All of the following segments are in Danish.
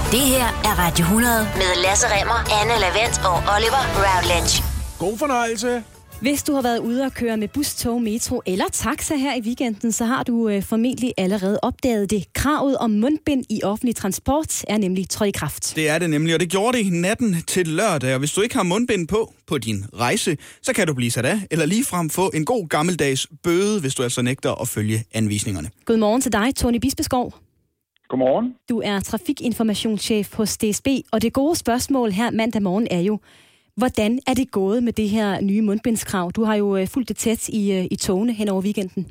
Det her er Radio 100 med Lasse Remmer, Anne Lavent og Oliver Routledge. God fornøjelse. Hvis du har været ude og køre med bus, tog, metro eller taxa her i weekenden, så har du formentlig allerede opdaget det. Kravet om mundbind i offentlig transport er nemlig trådt i kraft. Det er det nemlig, og det gjorde det natten til lørdag. Og hvis du ikke har mundbind på din rejse, så kan du blive sat af, eller ligefrem få en god gammeldags bøde, hvis du altså nægter at følge anvisningerne. Godmorgen til dig, Tony Bispeskov. Godmorgen. Du er trafikinformationschef hos DSB, og det gode spørgsmål her mandag morgen er jo, hvordan er det gået med det her nye mundbindskrav? Du har jo fulgt det tæt i togene hen over weekenden.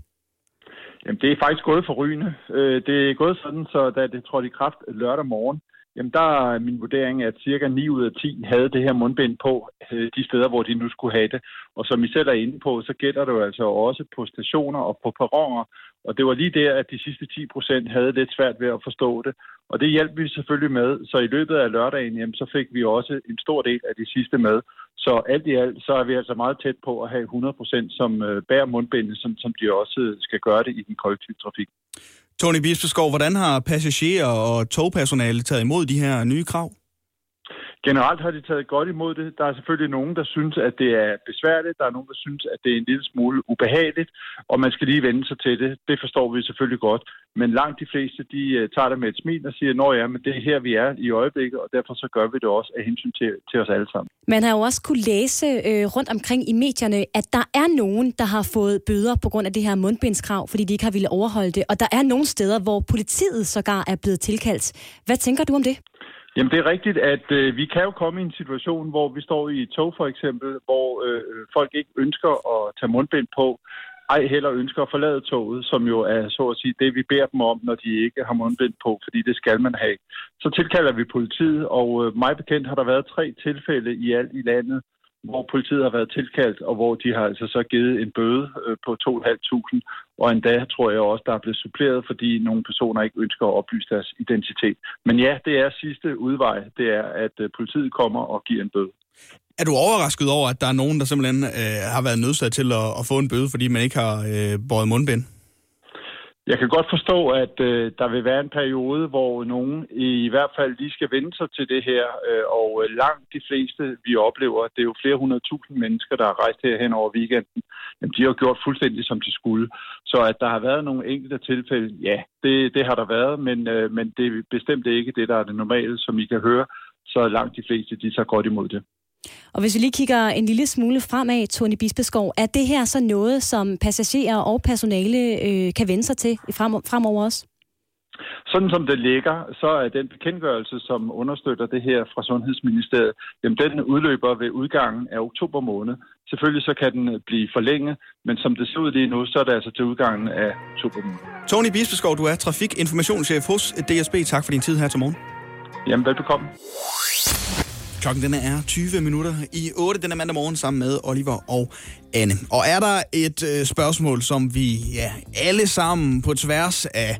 Jamen, det er faktisk gået forrygende. Det er gået sådan, så da det trådte i kraft lørdag morgen, jamen der er min vurdering, at cirka 9 ud af 10 havde det her mundbind på de steder, hvor de nu skulle have det. Og som I selv er inde på, så gælder det jo altså også på stationer og på perroner. Og det var lige der, at de sidste 10% havde lidt svært ved at forstå det. Og det hjalp vi selvfølgelig med. Så i løbet af lørdagen, jamen, så fik vi også en stor del af de sidste med. Så alt i alt, så er vi altså meget tæt på at have 100%, som bærer mundbindet, som de også skal gøre det i den kollektive trafik. Tony Bispeskov, hvordan har passagerer og togpersonale taget imod de her nye krav? Generelt har de taget godt imod det. Der er selvfølgelig nogen, der synes, at det er besværligt. Der er nogen, der synes, at det er en lille smule ubehageligt, og man skal lige vende sig til det. Det forstår vi selvfølgelig godt. Men langt de fleste, de tager det med et smil og siger, nå ja, men det er her, vi er i øjeblikket, og derfor så gør vi det også af hensyn til os alle sammen. Man har jo også kunne læse rundt omkring i medierne, at der er nogen, der har fået bøder på grund af det her mundbindskrav, fordi de ikke har ville overholde det. Og der er nogle steder, hvor politiet sågar er blevet tilkaldt. Hvad tænker du om det? Jamen, det er rigtigt, at vi kan jo komme i en situation, hvor vi står i et tog for eksempel, hvor folk ikke ønsker at tage mundbind på, ej heller ønsker at forlade toget, som jo er så at sige det, vi beder dem om, når de ikke har mundbind på, fordi det skal man have. Så tilkalder vi politiet, og mig bekendt har der været 3 tilfælde i alt i landet, hvor politiet har været tilkaldt, og hvor de har altså så givet en bøde på 2.500, og endda tror jeg også, der er blevet suppleret, fordi nogle personer ikke ønsker at oplyse deres identitet. Men ja, det er sidste udvej, det er, at politiet kommer og giver en bøde. Er du overrasket over, at der er nogen, der simpelthen har været nødsaget til at få en bøde, fordi man ikke har båret mundbind? Jeg kan godt forstå, at der vil være en periode, hvor nogen i hvert fald lige skal vende sig til det her, og langt de fleste, vi oplever, det er jo flere 100.000 mennesker, der har rejst herhen over weekenden, jamen, de har gjort fuldstændig som de skulle. Så at der har været nogle enkelte tilfælde, ja, det har der været, men det er bestemt ikke det, der er det normale, som I kan høre, så langt de fleste, de tager godt imod det. Og hvis vi lige kigger en lille smule fremad, Tony Bispeskov, er det her så noget, som passagerer og personale kan vende sig til fremover også? Sådan som det ligger, så er den bekendtgørelse, som understøtter det her fra Sundhedsministeriet, jamen den udløber ved udgangen af oktober måned. Selvfølgelig så kan den blive forlænget, men som det ser ud lige nu, så er det altså til udgangen af oktober måned. Tony Bispeskov, du er trafikinformationschef hos DSB. Tak for din tid her til morgen. Jamen, velbekomme. Klokken den er 20 minutter i 8 denne mandag morgen sammen med Oliver og Anne. Og er der et spørgsmål, som vi alle sammen på tværs af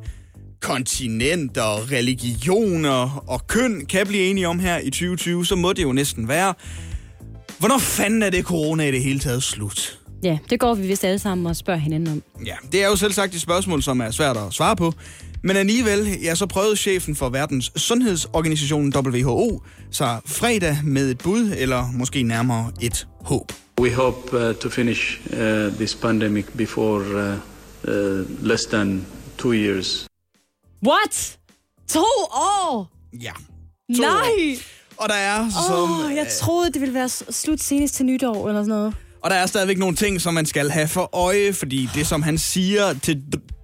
kontinenter, religioner og køn kan blive enige om her i 2020, så må det jo næsten være, hvornår fanden er det corona i det hele taget slut? Ja, det går vi vist alle sammen og spørger hinanden om. Ja, det er jo selv sagt et spørgsmål, som er svært at svare på. Men alligevel, så prøvede chefen for verdens sundhedsorganisation WHO sig fredag med et bud, eller måske nærmere et håb. We hope to finish this pandemic before less than 2 years. What? 2 år? Ja. 2 Nej! År. Og der er jeg troede, det ville være slut senest til nytår, eller sådan noget. Og der er stadigvæk nogle ting, som man skal have for øje, fordi det, som han siger til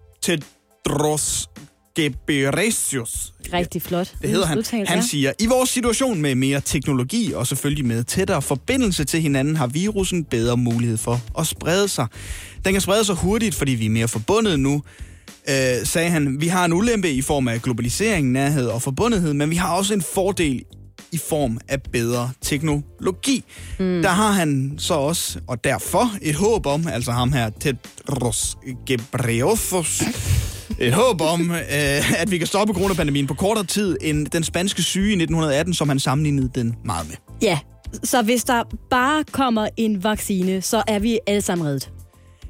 Tedros Ghebreyesus. Rigtig flot. Det hedder han. Han siger, i vores situation med mere teknologi og selvfølgelig med tættere forbindelse til hinanden, har virussen bedre mulighed for at sprede sig. Den kan sprede sig hurtigt, fordi vi er mere forbundet nu, sagde han. Vi har en ulempe i form af globalisering, nærhed og forbundethed, men vi har også en fordel i form af bedre teknologi. Der har han så også, og derfor et håb om, altså ham her, Tedros Ghebreyesus, et håb om, at vi kan stoppe coronapandemien på kortere tid end den spanske syge i 1918, som han sammenlignede den meget med. Ja, så hvis der bare kommer en vaccine, så er vi alle sammen reddet.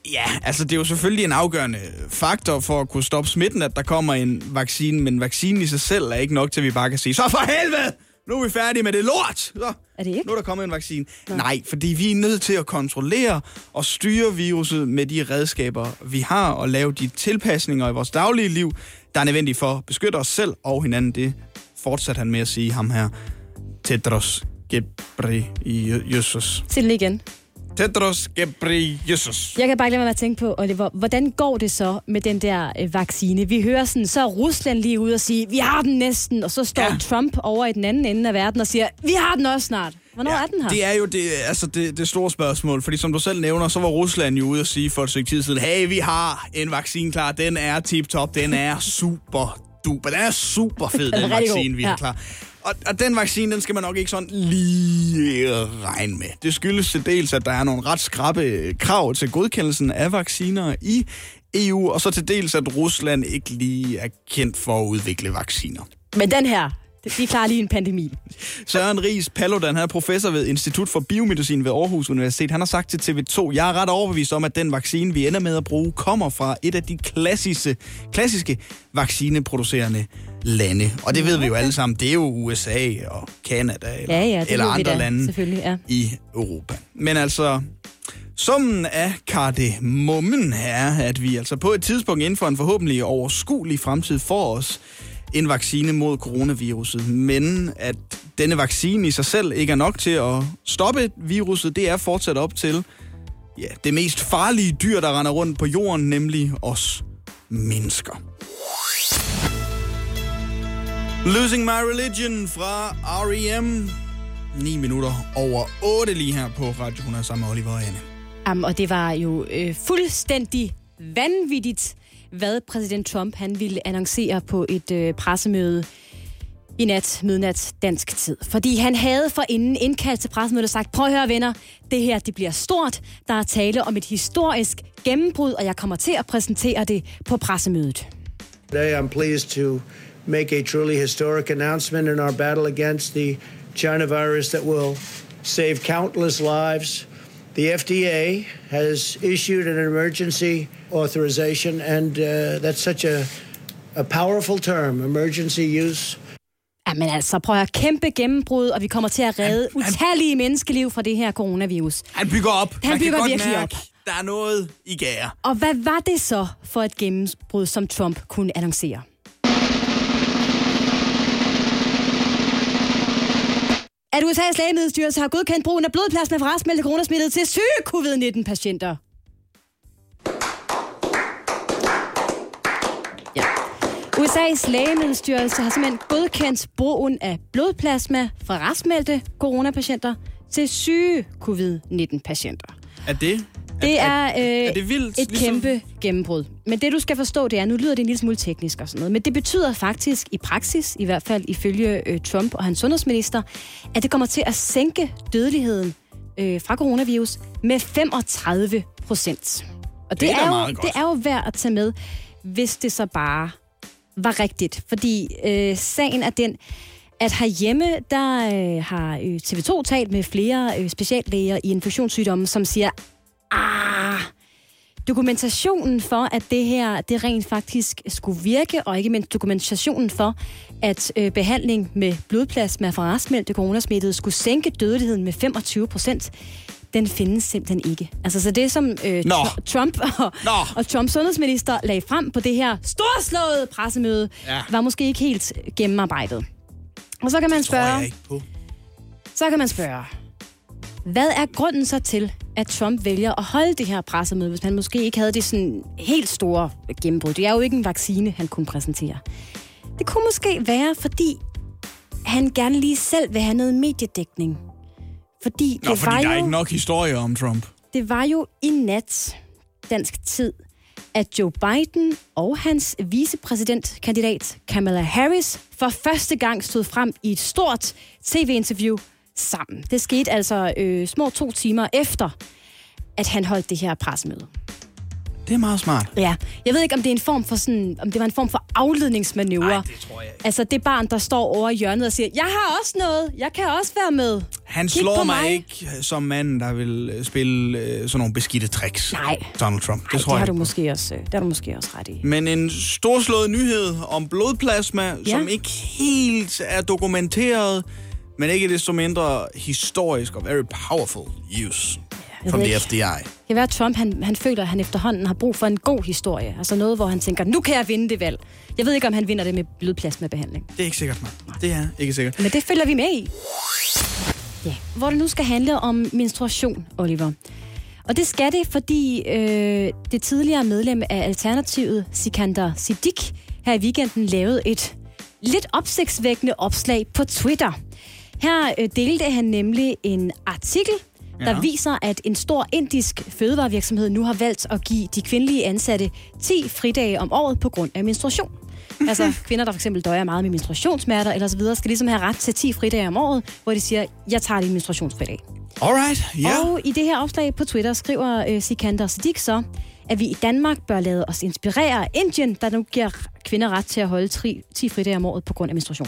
Ja, altså det er jo selvfølgelig en afgørende faktor for at kunne stoppe smitten, at der kommer en vaccine, men vaccinen i sig selv er ikke nok til, at vi bare kan sige, så for helvede, nu er vi færdige med det lort! Så, er det ikke? Nu er der kommet en vaccine. Nej, fordi vi er nødt til at kontrollere og styre viruset med de redskaber, vi har, og lave de tilpasninger i vores daglige liv, der er nødvendige for at beskytte os selv og hinanden. Det fortsatte han med at sige, ham her, Tedros Ghebreyesus. Til den igen. Tedros Ghebreyesus. Jeg kan bare ikke lade mig at tænke på, Oliver, hvordan går det så med den der vaccine? Vi hører sådan, så er Rusland lige ude og sige, vi har den næsten, og så står Trump over i den anden ende af verden og siger, vi har den også snart. Hvornår er den her? Det er jo det store spørgsmål, fordi som du selv nævner, så var Rusland jo ude og sige for et stykke tid siden, hey, vi har en vaccine klar, den er tip-top, den er super duper, den er super fed, den vaccine, vi har klar. Og den vaccine, den skal man nok ikke sådan lige regne med. Det skyldes til dels, at der er nogle ret skrappe krav til godkendelsen af vacciner i EU, og så til dels, at Rusland ikke lige er kendt for at udvikle vacciner. Men den her, de klarer lige en pandemi. Søren Riis Paludan, han er professor ved Institut for Biomedicin ved Aarhus Universitet. Han har sagt til TV2, jeg er ret overbevist om, at den vaccine, vi ender med at bruge, kommer fra et af de klassiske vaccineproducerende lande. Og det ved vi jo alle sammen, det er jo USA og Canada eller andre lande i Europa. Men altså, summen af kardemommen er, at vi altså på et tidspunkt inden for en forhåbentlig overskuelig fremtid får os en vaccine mod coronaviruset, men at denne vaccine i sig selv ikke er nok til at stoppe viruset, det er fortsat op til det mest farlige dyr, der render rundt på jorden, nemlig os mennesker. Losing My Religion fra R.E.M. 9 minutter over 8 lige her på Radio 100 sammen med Oliver og Anne. Og det var jo fuldstændig vanvittigt, hvad præsident Trump han ville annoncere på et pressemøde i midnat dansk tid. Fordi han havde forinden indkaldt til pressemødet og sagt, prøv at høre venner, det her det bliver stort. Der er tale om et historisk gennembrud, og jeg kommer til at præsentere det på pressemødet. Today I'm pleased to make a truly historic announcement in our battle against the China virus that will save countless lives. The FDA has issued an emergency authorization, and that's such a powerful term, emergency use. Jamen altså, prøv at kæmpe gennembrud, og vi kommer til at redde utallige menneskeliv fra det her coronavirus. Han bygger op. Han bygger virkelig op. Der er noget i gære. Og hvad var det så for et gennembrud, som Trump kunne annoncere? At USA's lægemiddelstyrelse har godkendt brugen af blodplasma fra raskmeldte coronasmittede til syge covid-19-patienter. Ja. USA's lægemiddelstyrelse har simpelthen godkendt brugen af blodplasma fra raskmeldte coronapatienter til syge covid-19-patienter. Er det? Det er det vildt, et kæmpe gennembrud. Men det, du skal forstå, det er, nu lyder det en lille smule teknisk og sådan noget, men det betyder faktisk i praksis, i hvert fald ifølge Trump og hans sundhedsminister, at det kommer til at sænke dødeligheden fra coronavirus med 35%. Og det er jo værd at tage med, hvis det så bare var rigtigt. Fordi sagen er den, at herhjemme, der har TV2 talt med flere speciallæger i infektionssygdomme, som siger, dokumentationen for, at det her det rent faktisk skulle virke, og ikke mindst dokumentationen for, at behandling med blodplasma fra raskmeldte coronasmittede skulle sænke dødeligheden med 25%, den findes simpelthen ikke. Altså, så det som Trump og Trumps sundhedsminister lagde frem på det her storslåede pressemøde, var måske ikke helt gennemarbejdet. Og så kan man spørge, hvad er grunden så til, at Trump vælger at holde det her pressemøde, hvis han måske ikke havde det sådan helt store gennembrud? Det er jo ikke en vaccine, han kunne præsentere. Det kunne måske være, fordi han gerne lige selv vil have noget mediedækning. Fordi der er ikke nok historie om Trump. Det var jo i nat dansk tid, at Joe Biden og hans vicepræsidentkandidat Kamala Harris for første gang stod frem i et stort tv-interview sammen. Det skete altså små 2 timer efter, at han holdt det her pressemøde. Det er meget smart. Ja, jeg ved ikke, om det er en form for om det var en form for afledningsmanøvre. Nej, det tror jeg ikke. Altså det barn, der står over i hjørnet og siger, jeg har også noget, jeg kan også være med. Han Kig slår på mig ikke som manden, der vil spille sådan nogle beskidte tricks. Nej. Donald Trump. Det tror jeg har du måske også, det har du måske også ret i. Men en storslået nyhed om blodplasma, som ikke helt er dokumenteret, men ikke desto mindre historisk og very powerful use from the FBI. Det kan være, at Trump han føler, at han efterhånden har brug for en god historie. Altså noget, hvor han tænker, nu kan jeg vinde det valg. Jeg ved ikke, om han vinder det med blodplasmabehandling. Det er ikke sikkert, man. Det er ikke sikkert. Men det følger vi med i. Ja, hvor det nu skal handle om menstruation, Oliver. Og det skal det, fordi det tidligere medlem af Alternativet, Sikander Siddique, her i weekenden lavede et lidt opsigtsvækkende opslag på Twitter. Her delte han nemlig en artikel, der viser, at en stor indisk fødevarevirksomhed nu har valgt at give de kvindelige ansatte 10 fridage om året på grund af menstruation. Altså kvinder, der for eksempel døjer meget med menstruationssmerter eller så videre, skal ligesom have ret til 10 fridage om året, hvor de siger, jeg tager din menstruationsfridag. Alright, ja. Yeah. Og i det her opslag på Twitter skriver Sikander Siddique så, at vi i Danmark bør lade os inspirere af Indien, der nu giver kvinder ret til at holde 10 fridage om året på grund af menstruation.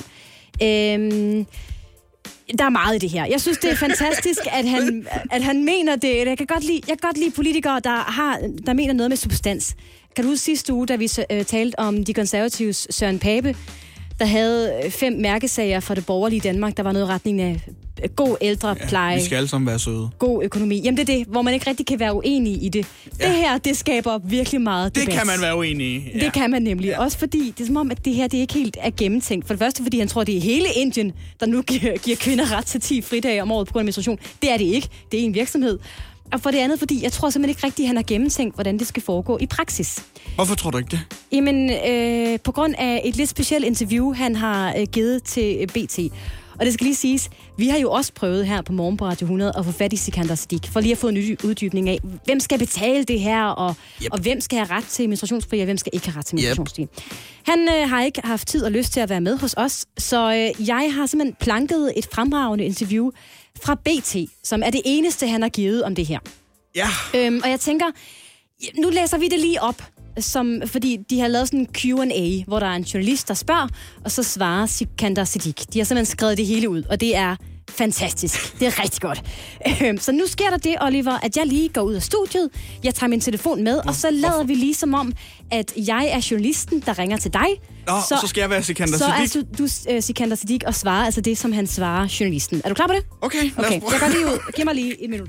Der er meget i det her. Jeg synes, det er fantastisk, at han mener det. Jeg kan godt lide politikere, der mener noget med substans. Kan du huske sidste uge, da vi talte om de konservatives Søren Pape, der havde 5 mærkesager for det borgerlige Danmark. Der var noget i retning af god ældrepleje. Vi skal alle sammen være søde. God økonomi. Jamen det er det, hvor man ikke rigtig kan være uenig i det. Ja. Det her, det skaber virkelig meget debat. Det kan man være uenig i. Ja. Det kan man nemlig. Ja. Også fordi, det er som om, at det her, det ikke helt er gennemtænkt. For det første, fordi han tror, det er hele Indien, der nu giver kvinder ret til 10 fridage om året på grund af menstruation. Det er det ikke. Det er en virksomhed. Og for det andet, fordi jeg tror simpelthen ikke rigtigt, at han har gennemtænkt, hvordan det skal foregå i praksis. Hvorfor tror du ikke det? Jamen, på grund af et lidt specielt interview, han har givet til BT. Og det skal lige siges, vi har jo også prøvet her på Morgen på Radio 100 at få fat i Sikander Siddique, for lige at få en ny uddybning af, hvem skal betale det her, og hvem skal have ret til menstruationsfri, og hvem skal ikke have ret til menstruationsfri. Han har ikke haft tid og lyst til at være med hos os, så jeg har simpelthen planket et fremragende interview fra BT, som er det eneste, han har givet om det her. Ja. Og jeg tænker, nu læser vi det lige op, fordi de har lavet sådan en Q&A, hvor der er en journalist, der spørger, og så svarer Sikander Siddique. De har simpelthen skrevet det hele ud, og det er fantastisk. Det er rigtig godt. Så nu sker der det, Oliver, at jeg lige går ud af studiet, jeg tager min telefon med, og så lader vi lige som om, at jeg er journalisten, der ringer til dig. Så skal jeg være Sikander Siddique. Så er du Sikander Siddique og svarer altså det, som han svarer journalisten. Er du klar på det? Okay, lad os prøve. Jeg går lige ud. Giv mig lige et minut.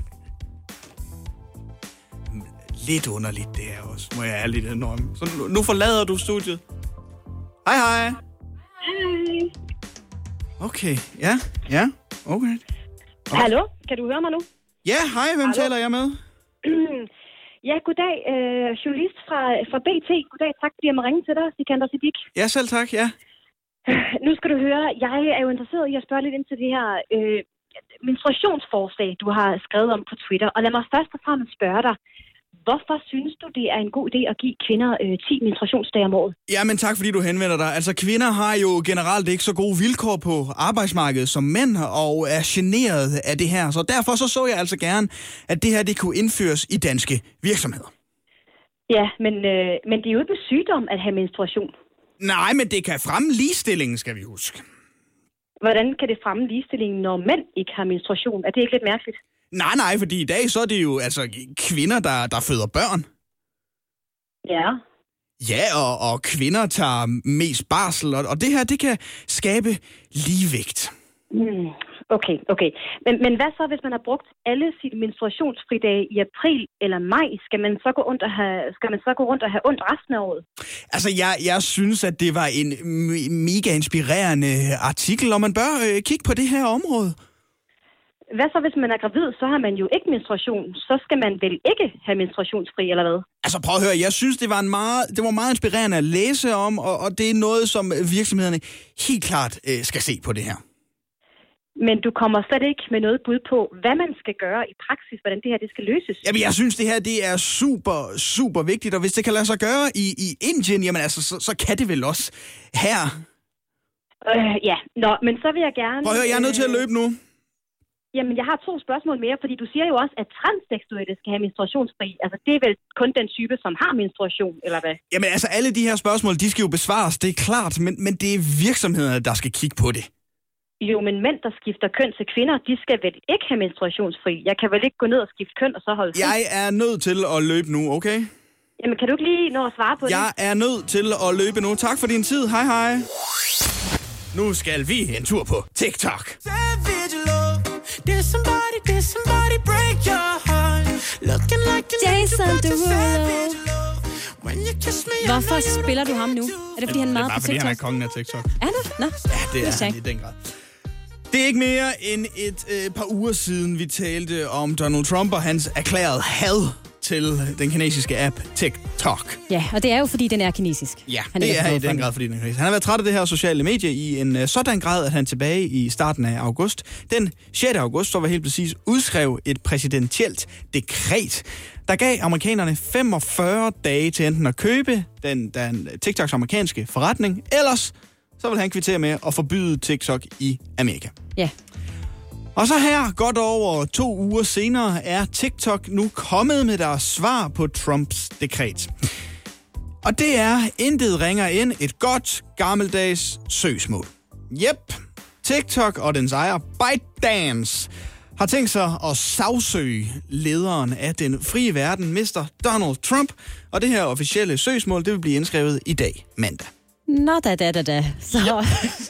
Lidt underligt det her også, må jeg ærligt indrømme. Så nu forlader du studiet. Hej. Hej. Okay, ja, okay. Hallo, kan du høre mig nu? Ja, hej, hvem taler jeg med? Ja, goddag, journalist fra BT. Goddag, tak fordi jeg må ringe til dig, Sikander Siddique. Ja, selv tak, ja. Nu skal du høre, jeg er jo interesseret i at spørge lidt ind til det her menstruationsforslag, du har skrevet om på Twitter. Og lad mig først og fremmest spørge dig, hvorfor synes du, det er en god idé at give kvinder 10 menstruationsdage om året? Ja, men tak fordi du henvender dig. Altså, kvinder har jo generelt ikke så gode vilkår på arbejdsmarkedet som mænd, og er generet af det her. Så derfor så jeg altså gerne, at det her det kunne indføres i danske virksomheder. Ja, men det er jo ikke en sygdom at have menstruation. Nej, men det kan fremme ligestillingen, skal vi huske. Hvordan kan det fremme ligestillingen, når mænd ikke har menstruation? Er det ikke lidt mærkeligt? Nej, fordi i dag så er det jo altså kvinder, der føder børn. Ja. Ja, og kvinder tager mest barsel, og det her, det kan skabe ligevægt. Okay. Men hvad så, hvis man har brugt alle sine menstruationsfridage i april eller maj? Skal man så gå rundt og have ondt resten af året? Altså, jeg synes, at det var en mega inspirerende artikel, og man bør kigge på det her område. Hvad så, hvis man er gravid, så har man jo ikke menstruation. Så skal man vel ikke have menstruationsfri, eller hvad? Altså, prøv at høre. Jeg synes, det var meget inspirerende at læse om, og det er noget, som virksomhederne helt klart skal se på det her. Men du kommer slet ikke med noget bud på, hvad man skal gøre i praksis, hvordan det her det skal løses? Jamen, jeg synes, det her det er super, super vigtigt, og hvis det kan lade sig gøre i Indien, jamen altså, så kan det vel også her. Ja, men så vil jeg gerne... Prøv at høre, jeg er nødt til at løbe nu. Jamen, jeg har 2 spørgsmål mere, fordi du siger jo også, at transseksuelle skal have menstruationsfri. Altså, det er vel kun den type, som har menstruation, eller hvad? Jamen altså, alle de her spørgsmål, de skal jo besvares, det er klart, men det er virksomhederne, der skal kigge på det. Jo, men mænd, der skifter køn til kvinder, de skal vel ikke have menstruationsfri? Jeg kan vel ikke gå ned og skifte køn og så holde fri? Jeg er nødt til at løbe nu, okay? Jamen, kan du ikke lige nå at svare på det? Jeg er nødt til at løbe nu. Tak for din tid. Hej hej. Nu skal vi en tur på TikTok. Jason Derulo. Hvorfor spiller du ham nu? Er det, fordi han er meget på TikTok? Det er bare, fordi han er kongen af TikTok. Er det? Nå. Ja, det er han i den grad. Det er ikke mere end et par uger siden, vi talte om Donald Trump og hans erklærede had til den kinesiske app TikTok. Ja, og det er jo, fordi den er kinesisk. Ja, det er i den grad, fordi den er kinesisk. Han har været træt af det her sociale medie i en sådan grad, at han tilbage i starten af august, den 6. august, så var helt præcis, udskrev et præsidentielt dekret, der gav amerikanerne 45 dage til enten at købe den TikToks amerikanske forretning, ellers så vil han kvittere med at forbyde TikTok i Amerika. Ja. Og så her, godt over 2 uger senere, er TikTok nu kommet med deres svar på Trumps dekret. Og det er intet ringer end et godt, gammeldags søgsmål. Jep, TikTok og dens ejer ByteDance har tænkt sig at sagsøge lederen af den frie verden, Mr. Donald Trump. Og det her officielle søgsmål, det vil blive indskrevet i dag, mandag. Nå da. Så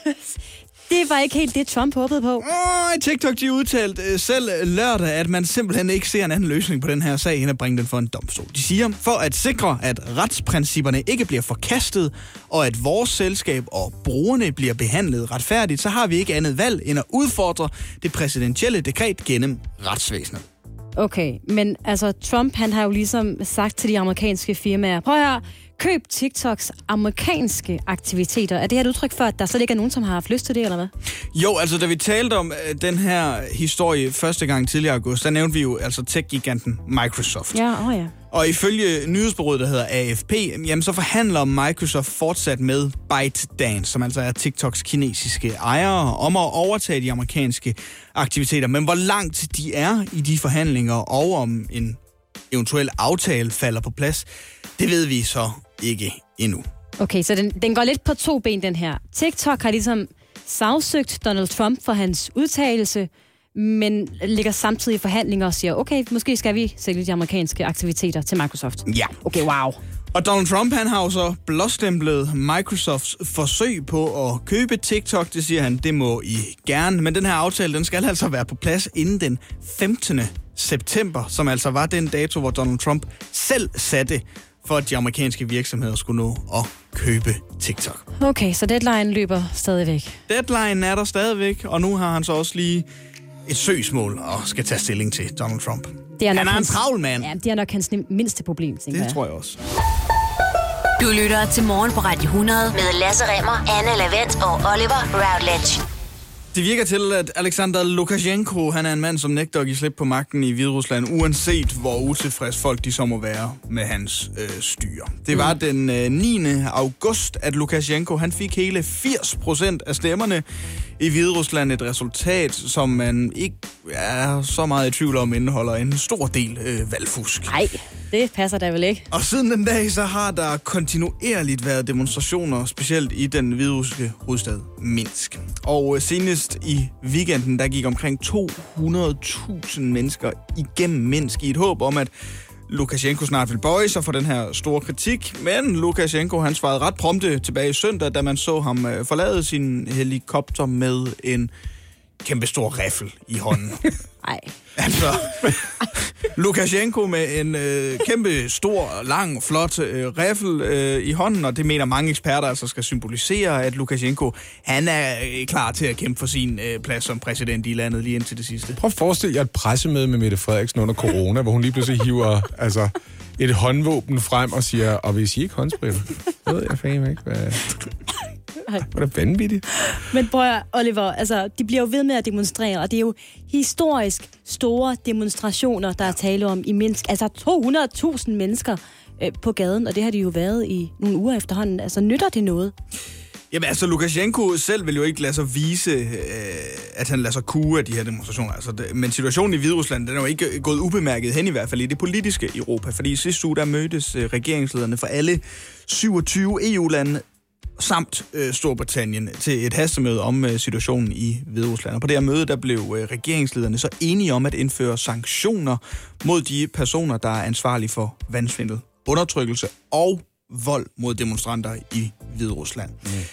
det var ikke helt det, Trump håbede på. TikTok, de udtalte selv lørdag, at man simpelthen ikke ser en anden løsning på den her sag, end at bringe den for en domstol. De siger, for at sikre, at retsprincipperne ikke bliver forkastet, og at vores selskab og brugerne bliver behandlet retfærdigt, så har vi ikke andet valg end at udfordre det præsidentielle dekret gennem retsvæsenet. Okay, men altså Trump, han har jo ligesom sagt til de amerikanske firmaer, prøv at høre, køb TikToks amerikanske aktiviteter. Er det her et udtryk for, at der slet ikke er nogen, som har haft lyst til det, eller hvad? Jo, altså da vi talte om den her historie første gang tidligere august, der nævnte vi jo altså tech-giganten Microsoft. Ja. Og ifølge nyhedsbureauet, der hedder AFP, jamen så forhandler Microsoft fortsat med ByteDance, som altså er TikToks kinesiske ejere, om at overtage de amerikanske aktiviteter. Men hvor langt de er i de forhandlinger, og om en eventuel aftale falder på plads, det ved vi så ikke endnu. Okay, så den går lidt på 2 ben, den her. TikTok har ligesom sagsøgt Donald Trump for hans udtalelse, men ligger samtidig i forhandlinger og siger, okay, måske skal vi sælge de amerikanske aktiviteter til Microsoft. Ja. Okay, wow. Og Donald Trump, han har jo så blåstemplet Microsofts forsøg på at købe TikTok. Det siger han, det må I gerne. Men den her aftale, den skal altså være på plads inden den 15. september, som altså var den dato, hvor Donald Trump selv satte for at de amerikanske virksomheder skulle nå at købe TikTok. Okay, så deadline løber stadigvæk. Deadline er der stadigvæk, og nu har han så også lige et søgsmål og skal tage stilling til Donald Trump. Han er en travl mand. Ja, det er nok hans mindste problem, tænker jeg. Det tror jeg også. Du lytter til Morgen på Radio 100 med Lasse Remmer, Anne Lavent og Oliver Routledge. Det virker til, at Alexander Lukashenko, han er en mand, som nægter at give slip på magten i Hviderusland, uanset hvor utilfreds folk de så må være med hans styre. Det var den 9. august, at Lukashenko han fik hele 80% af stemmerne i Hviderusland. Et resultat, som man ikke er så meget i tvivl om, indeholder en stor del valgfusk. Nej, det passer da vel ikke. Og siden den dag, så har der kontinuerligt været demonstrationer, specielt i den hviderussiske hovedstad Minsk. Og senest i weekenden, der gik omkring 200.000 mennesker igennem Minsk i et håb om, at Lukashenko snart vil bøje sig for den her store kritik. Men Lukashenko, han svarede ret prompte tilbage i søndag, da man så ham forlade sin helikopter med en kæmpestor riffel i hånden. Nej. Altså, Lukashenko med en kæmpe, stor, lang, flot riffel i hånden, og det mener mange eksperter altså skal symbolisere, at Lukashenko, han er klar til at kæmpe for sin plads som præsident i landet lige indtil det sidste. Prøv at forestille jer et pressemøde med Mette Frederiksen under corona, hvor hun lige pludselig hiver et håndvåben frem og siger, og hvis I ikke håndsprit, så ved jeg fandme ikke, hvad... Det er vanvittigt. Men prøv at, Oliver, altså, de bliver jo ved med at demonstrere, og det er jo historisk store demonstrationer, der er tale om i Minsk. Altså 200.000 mennesker på gaden, og det har de jo været i nogle uger efterhånden. Altså, nytter det noget? Jamen altså, Lukashenko selv vil jo ikke lade sig vise, at han lader sig kue af de her demonstrationer. Altså, men situationen i Hviderusland, den er jo ikke gået ubemærket hen i hvert fald i det politiske Europa. Fordi i sidste uge, der mødtes regeringslederne for alle 27 EU-lande samt Storbritannien til et hastemøde om situationen i Hviderusland. Og på det her møde, der blev regeringslederne så enige om at indføre sanktioner mod de personer, der er ansvarlige for vandsvindel, undertrykkelse og vold mod demonstranter i Hviderusland.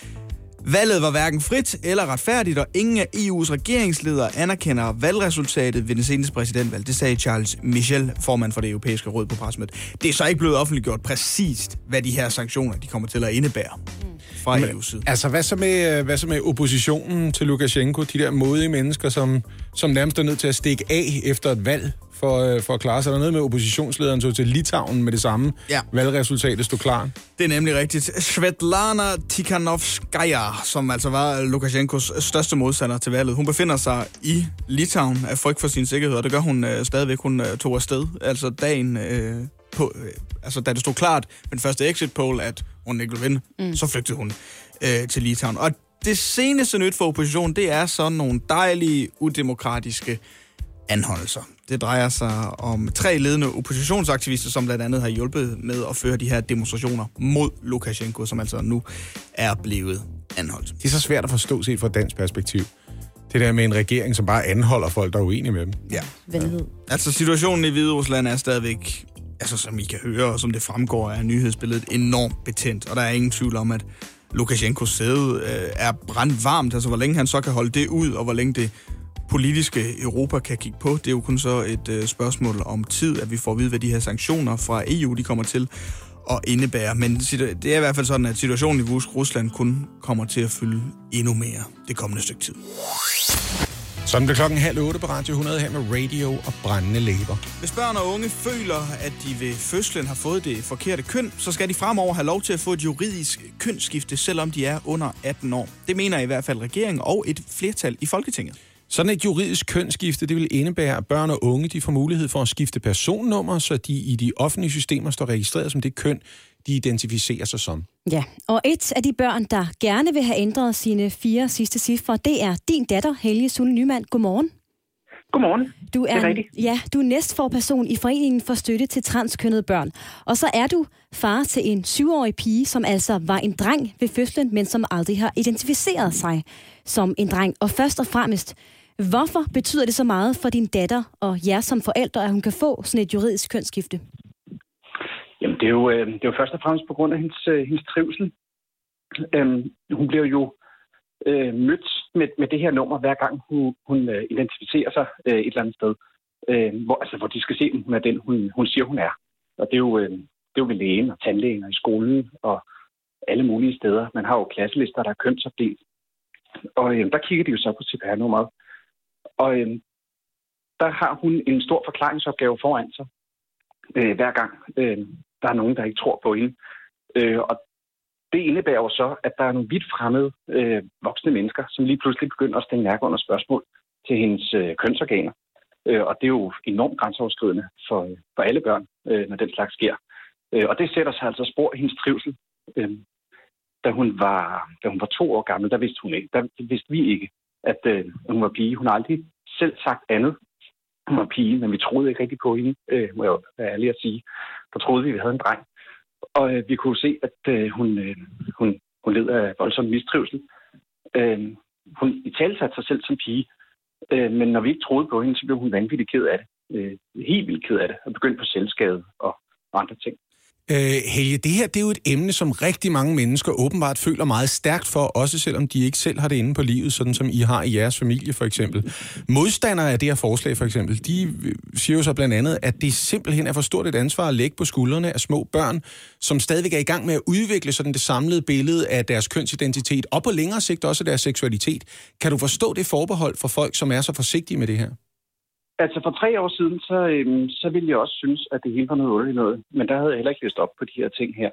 Valget var hverken frit eller retfærdigt, og ingen af EU's regeringsledere anerkender valgresultatet ved den seneste præsidentvalg. Det sagde Charles Michel, formand for det europæiske råd på pressemødet. Det er så ikke blevet offentliggjort præcist, hvad de her sanktioner de kommer til at indebære fra EU's side. Altså, hvad så med oppositionen til Lukashenko? De der modige mennesker, som nærmest er nødt til at stikke af efter et valg for at klare sig. Der er noget med oppositionslederen tog til Litauen med det samme. Ja. Valgresultatet stod klar. Det er nemlig rigtigt. Svetlana Tikhanovskaya, som altså var Lukashenkos største modstander til valget, hun befinder sig i Litauen af frygt for sin sikkerhed, og det gør hun stadigvæk. Hun tog afsted, altså dagen da det stod klart med den første exit poll, at hun ikke ville vinde, så flygtede hun til Litauen. Og det seneste nyt for oppositionen, det er sådan nogle dejlige, udemokratiske anholdelser. Det drejer sig om 3 ledende oppositionsaktivister, som blandt andet har hjulpet med at føre de her demonstrationer mod Lukashenko, som altså nu er blevet anholdt. Det er så svært at forstå set fra dansk perspektiv. Det der med en regering, som bare anholder folk, der er uenige med dem. Ja. Altså situationen i Hviderusland er stadigvæk, altså som I kan høre, og som det fremgår af nyhedsbilledet, enormt betændt. Og der er ingen tvivl om, at Lukashenkos sæde er brandvarmt. Altså hvor længe han så kan holde det ud, og hvor længe det politiske Europa kan kigge på. Det er jo kun så et spørgsmål om tid, at vi får at vide, hvad de her sanktioner fra EU, de kommer til at indebære. Men det er i hvert fald sådan, at situationen i Rusland kun kommer til at fylde endnu mere det kommende stykke tid. Sådan blev 7:30 på Radio 100 her med Radio og brændende læber. Hvis børn og unge føler, at de ved fødslen har fået det forkerte køn, så skal de fremover have lov til at få et juridisk kønsskifte, selvom de er under 18 år. Det mener i hvert fald regeringen og et flertal i Folketinget. Sådan et juridisk kønsskifte, det vil indebære, at børn og unge de får mulighed for at skifte personnummer, så de i de offentlige systemer står registreret som det køn, de identificerer sig som. Ja, og et af de børn, der gerne vil have ændret sine 4 sidste cifre, det er din datter, Helge Sunde Nyman. Godmorgen. Godmorgen. Du er næstforperson i Foreningen for Støtte til Transkønnede Børn. Og så er du far til en 7-årig pige, som altså var en dreng ved fødslen, men som aldrig har identificeret sig som en dreng. Og først og fremmest, hvorfor betyder det så meget for din datter og jer som forældre, at hun kan få sådan et juridisk kønsskifte? Jamen, det er jo først og fremmest på grund af hendes trivsel. Hun bliver jo mødt med det her nummer, hver gang hun identificerer sig et eller andet sted, hvor de skal se, om hun er den, hun siger, hun er. Og det er jo ved lægen og tandlægen og i skolen og alle mulige steder. Man har jo klasselister, der er kønsopdelt. Og der kigger de jo så på CPR-nummeret. Og der har hun en stor forklaringsopgave foran sig, hver gang der er nogen, der ikke tror på hende. Og det indebærer jo så, at der er nogle vidt fremmede voksne mennesker, som lige pludselig begynder at stænge mærke under spørgsmål til hendes kønsorganer. Og det er jo enormt grænseoverskridende for alle børn, når den slags sker. Og det sætter sig altså spor i hendes trivsel. Da hun var 2 år gammel, der vidste vi ikke, at hun var pige. Hun har aldrig selv sagt andet. Hun var pige, men vi troede ikke rigtig på hende, må jeg jo være ærlig at sige. Der troede vi havde en dreng. Og vi kunne se, at hun led af voldsom mistrivsel. Hun italsatte sig selv som pige, men når vi ikke troede på hende, så blev hun vanvittigt ked af det. Helt vildt ked af det, og begyndte på selvskade og andre ting. Helge, det her det er jo et emne, som rigtig mange mennesker åbenbart føler meget stærkt for, også selvom de ikke selv har det inde på livet, sådan som I har i jeres familie for eksempel. Modstandere af det her forslag for eksempel, de siger jo så blandt andet, at det simpelthen er for stort et ansvar at lægge på skuldrene af små børn, som stadigvæk er i gang med at udvikle sådan det samlede billede af deres kønsidentitet, og på længere sigt også deres seksualitet. Kan du forstå det forbehold for folk, som er så forsigtige med det her? Altså for 3 år siden, så ville jeg også synes, at det hele var noget. Men der havde jeg heller ikke læst op på de her ting her.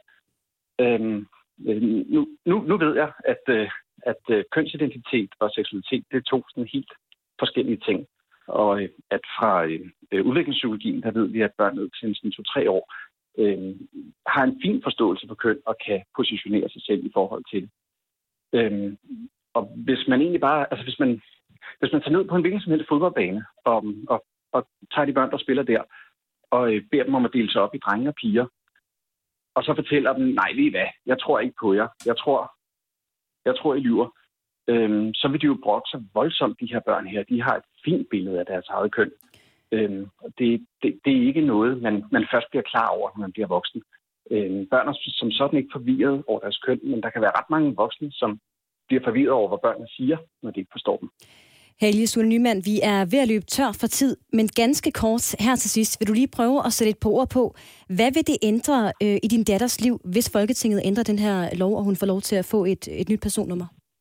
Nu ved jeg, at kønsidentitet og seksualitet, det er 2 sådan helt forskellige ting. Og at fra udviklingspsykologien, der ved vi, at børn ned til 2-3 år har en fin forståelse for køn og kan positionere sig selv i forhold til det. Og hvis man egentlig bare, altså hvis man tager ned på en hvilken som helst fodboldbane og tager de børn, der spiller der, og beder dem om at dele sig op i drenge og piger, og så fortæller dem, nej, ved I hvad, jeg tror ikke på jer. Jeg tror, I lyver. Så vil de jo brokke sig voldsomt, de her børn her. De har et fint billede af deres eget køn. Det er ikke noget, man først bliver klar over, når man bliver voksen. Børn er som sådan ikke forvirret over deres køn, men der kan være ret mange voksne, som bliver forvirret over, hvad børnene siger, når de ikke forstår dem. Helge Sune Nyman, vi er ved at løbe tør for tid, men ganske kort her til sidst. Vil du lige prøve at sætte et par ord på, hvad vil det ændre i din datters liv, hvis Folketinget ændrer den her lov, og hun får lov til at få et nyt personnummer?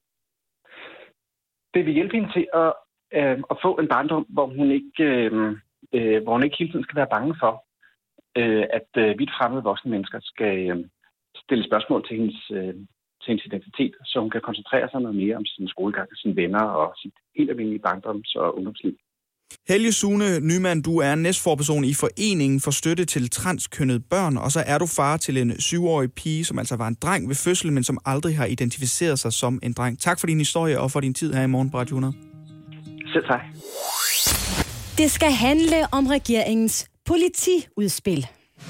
Det vil hjælpe hende til at få en barndom, hvor hun ikke hele tiden skal være bange for, at vidt fremmede voksne mennesker skal stille spørgsmål til hendes identitet, så hun kan koncentrere sig noget mere om sin skolegang, sine venner og sit helt almindelige barndoms- og ungdomsliv. Helge Sune Nyman, du er næstforperson i Foreningen for Støtte til Transkønnede Børn, og så er du far til en 7-årig pige, som altså var en dreng ved fødsel, men som aldrig har identificeret sig som en dreng. Tak for din historie og for din tid her i morgen på Radio 100. Selv tak. Det skal handle om regeringens politiudspil.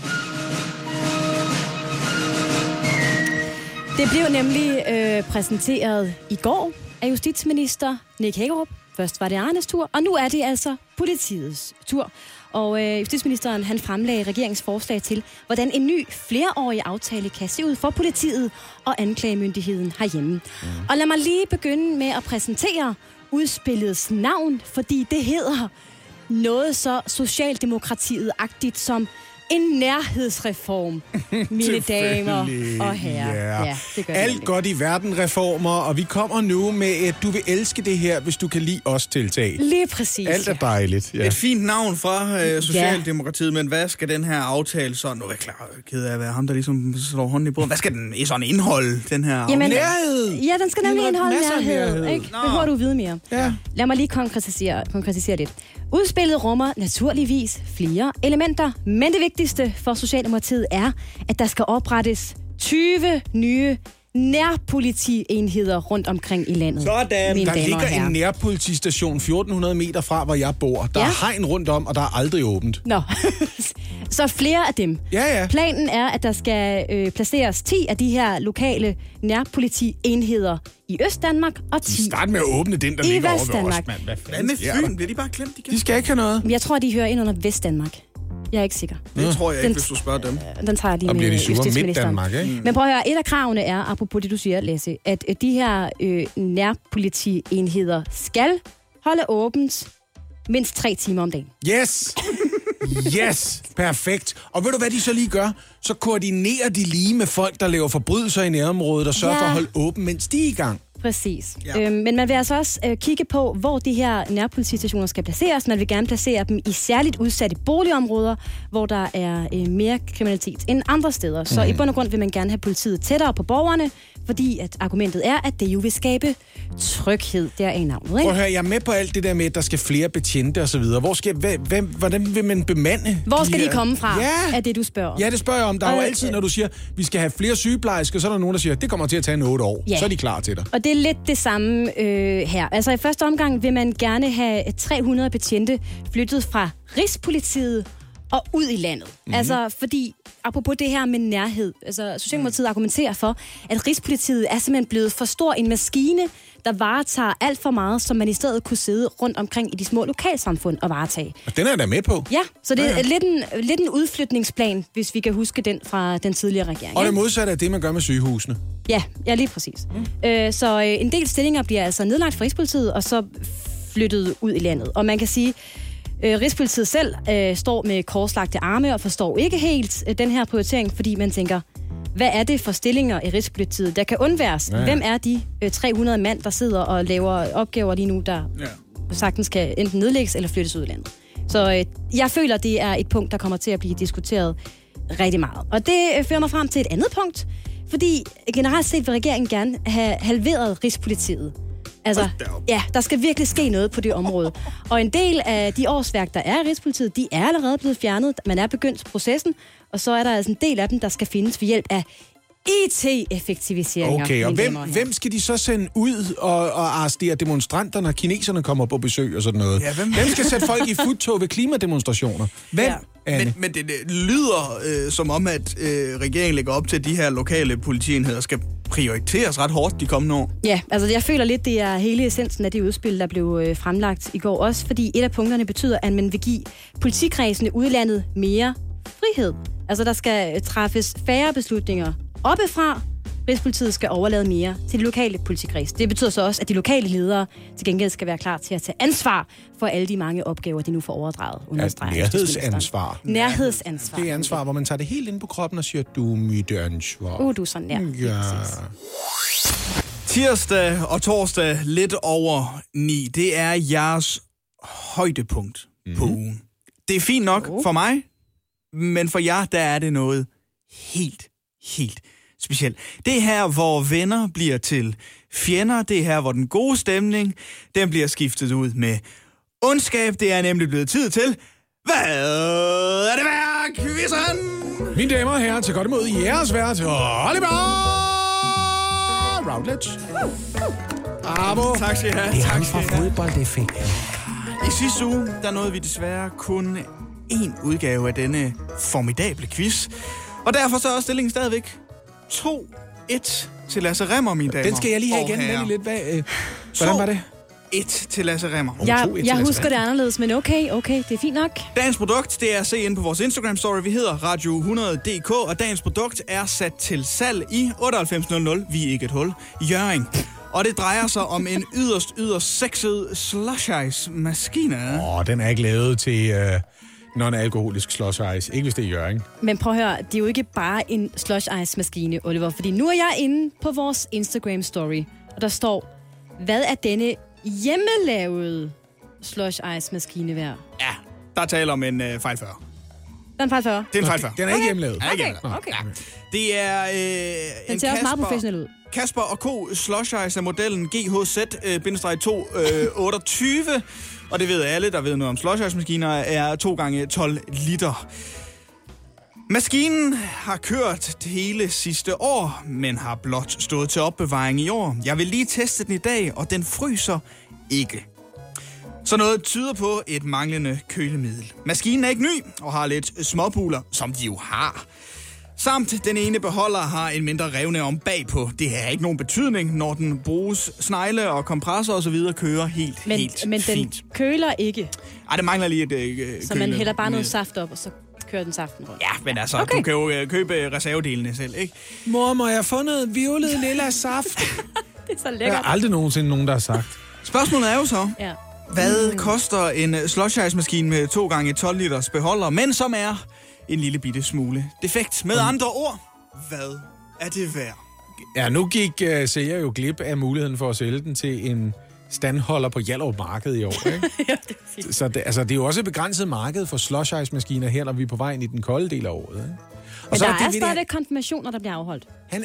Det blev nemlig præsenteret i går af justitsminister Nick Hækkerup. Først var det Arnes tur, og nu er det altså politiets tur. Og justitsministeren han fremlagde regeringsforslag til, hvordan en ny flereårig aftale kan se ud for politiet og anklagemyndigheden herhjemme. Og lad mig lige begynde med at præsentere udspillets navn, fordi det hedder noget så Socialdemokratiet-agtigt som en nærhedsreform, mine damer og herrer. Yeah. Ja, det gør alt det. godt i verden reformer, og vi kommer nu med et du vil elske det her, hvis du kan lide os tiltag. Lige præcis. Alt er dejligt. Ja. Et fint navn fra Socialdemokratiet, men hvad skal den her aftale så? Nu er jeg ked af at være ham, der ligesom slår hånden i bordet. Hvad skal den i sådan indholde, den her Jamen, nærhed? Ja, den skal nemlig indeholde nærhed. Ikke? Behøver du vide mere? Ja. Lad mig lige konkretisere lidt. Udspillet rummer naturligvis flere elementer, men det vigtigste for Socialdemokratiet er, at der skal oprettes 20 nye nærpolitienheder rundt omkring i landet. Sådan. Der ligger en nærpolitistation 1400 meter fra, hvor jeg bor. Der er hegn rundt om, og der er aldrig åbent. Nå, så flere af dem. Ja. Planen er, at der skal placeres 10 af de her lokale nærpolitienheder i Østdanmark, og 10 Start med at åbne den, der i ligger over ved os, Vestdanmark. mand. Hvad med Fyn? Bliver de bare klemt igen? De skal ikke have noget. Jeg tror, de hører ind under Vestdanmark. Jeg er ikke sikker. Det tror jeg ikke, hvis du spørger dem. Den tager de og bliver med de sure justitsministeren. Midt-Danmark, ikke? Men prøv at høre, et af kravene er, apropos det du siger, Lasse, at de her nærpolitienheder skal holde åbent mindst 3 timer om dagen. Yes! Perfekt. Og ved du, hvad de så lige gør? Så koordinerer de lige med folk, der laver forbrydelser i nærområdet og sørger for at holde åben, mens de er i gang. Præcis. Ja. Men man vil altså også kigge på, hvor de her nærpolitistationer skal placeres. Man vil gerne placere dem i særligt udsatte boligområder, hvor der er mere kriminalitet end andre steder. Så i bund og grund vil man gerne have politiet tættere på borgerne, fordi at argumentet er, at det jo vil skabe tryghed. Der er navnet, ikke? Prøv at høre, jeg er med på alt det der med, at der skal flere betjente og så videre. Hvordan vil man bemande? Hvor skal de komme fra, Ja. er det, du spørger om? Ja, det spørger jeg om. Der er jo altid, når du siger, vi skal have flere sygeplejersker, så er der nogen, der siger, det kommer til at tage 8 år. Ja. Så er de klar til dig. Og det er lidt det samme her. Altså i første omgang vil man gerne have 300 betjente flyttet fra Rigspolitiet og ud i landet. Altså fordi, apropos det her med nærhed, altså Socialdemokratiet argumenterer for, at Rigspolitiet er simpelthen blevet for stor en maskine, der varetager alt for meget, som man i stedet kunne sidde rundt omkring i de små lokalsamfund og varetage. Og den er jeg da med på. Ja, så det er lidt en udflytningsplan, hvis vi kan huske den fra den tidligere regering. Og det modsatte er det, man gør med sygehusene. Ja, lige præcis. Så en del stillinger bliver altså nedlagt fra Rigspolitiet, og så flyttet ud i landet. Og man kan sige, Rigspolitiet selv står med korslagte arme og forstår ikke helt den her prioritering, fordi man tænker, hvad er det for stillinger i Rigspolitiet, der kan undværes? Ja. Hvem er de 300 mand, der sidder og laver opgaver lige nu, der sagtens kan enten nedlægges eller flyttes ud i landet? Så jeg føler, det er et punkt, der kommer til at blive diskuteret rigtig meget. Og det fører mig frem til et andet punkt, fordi generelt set vil regeringen gerne have halveret Rigspolitiet. Altså, der skal virkelig ske noget på det område. Og en del af de årsværk, der er i Rigspolitiet, de er allerede blevet fjernet. Man er begyndt processen, og så er der altså en del af dem, der skal findes ved hjælp af IT-effektiviseringer. Okay, og hvem skal de så sende ud og arrestere demonstranter, når kineserne kommer på besøg og sådan noget? Ja, hvem skal sætte folk i futog ved klimademonstrationer? Hvem? Ja. Men det lyder som om, at regeringen lægger op til, at de her lokale politienheder skal prioriteres ret hårdt de kommende år. Ja, altså jeg føler lidt, det er hele essensen af det udspil, der blev fremlagt i går. Også fordi et af punkterne betyder, at man vil give politikredsene udlandet mere frihed. Altså der skal træffes færre beslutninger oppefra, hvis politiet skal overlade mere til de lokale politikreds. Det betyder så også, at de lokale ledere til gengæld skal være klar til at tage ansvar for alle de mange opgaver, de nu får overdraget. Nærhedsansvar. Nærhedsansvar. Det er ansvar, hvor man tager det helt ind på kroppen og siger, du er mit ansvar. Du er sådan nær. Ja. Tirsdag og torsdag lidt over 9, det er jeres højdepunkt på ugen. Det er fint nok for mig, men for jer, der er det noget helt specielt. Det er her, hvor venner bliver til fjender. Det er her, hvor den gode stemning, den bliver skiftet ud med ondskab. Det er nemlig blevet tid til... Hvad er det værd, quizzen? Mine damer og herrer, til godt imod jeres vært, Oliver Routledge. Bravo. Tak skal I have. Det er ham fra fodboldeffekt. I sidste uge, der nåede vi desværre kun én udgave af denne formidable quiz. Og derfor så er stillingen stadigvæk 2-1 til Lasse Remmer, mine damer. Den skal jeg lige have igen. Lidt. Hvordan var det? 1 til Lasse Remmer. Jeg husker det anderledes, men okay, det er fint nok. Dagens produkt, det er at se ind på vores Instagram-story. Vi hedder Radio100.dk, og dagens produkt er sat til salg i 9800. Vi er ikke et hul. Hjørring. Og det drejer sig om en yderst sexet slush ice maskine. Den er ikke lavet til non-alkoholisk slush ice. Ikke hvis det er Hjørring. Men prøv at høre, det er jo ikke bare en slush ice maskine, Oliver. Fordi nu er jeg inde på vores Instagram-story, og der står, hvad er denne hjemmelavede slush ice maskine værd? Ja, der taler om en fejl 40. Den er fejl 40? Det er en fejl 40. Den er ikke hjemmelavet. Okay. Ja. Det er den ser også meget professionel ud. Kasper og Co. Slush Ice af modellen GHZ-228, og det ved alle, der ved noget om slush ice maskiner, er 2 gange 12 liter. Maskinen har kørt det hele sidste år, men har blot stået til opbevaring i år. Jeg vil lige teste den i dag, og den fryser ikke. Så noget tyder på et manglende kølemiddel. Maskinen er ikke ny og har lidt småbuler, som de jo har. Samt den ene beholder har en mindre revne om bagpå. Det har ikke nogen betydning, når den bruges. Snegle og kompressor og så videre kører helt fint. Men den køler ikke? Ej, det mangler lige et så man hælder bare noget saft op, og så kører den saften rundt? Ja, men altså, du kan jo købe reservedelene selv, ikke? Mor, må jeg få noget violet lilla saft? Det er så lækkert. Der er aldrig nogensinde nogen, der har sagt. Spørgsmålet er jo så, hvad koster en slush ice maskine med 2 gange 12 liters beholder, men som er en lille bitte smule defekt? Med andre ord, hvad er det værd? Ja, nu gik Seja jo glip af muligheden for at sælge den til en standholder på Hjallerup Marked i år, ikke? Ja, det er så det er jo også et begrænset marked for slush ice maskiner her, når vi er på vej ind i den kolde del af året, ikke? Og men så der er stadig konfirmationer, der bliver afholdt. Han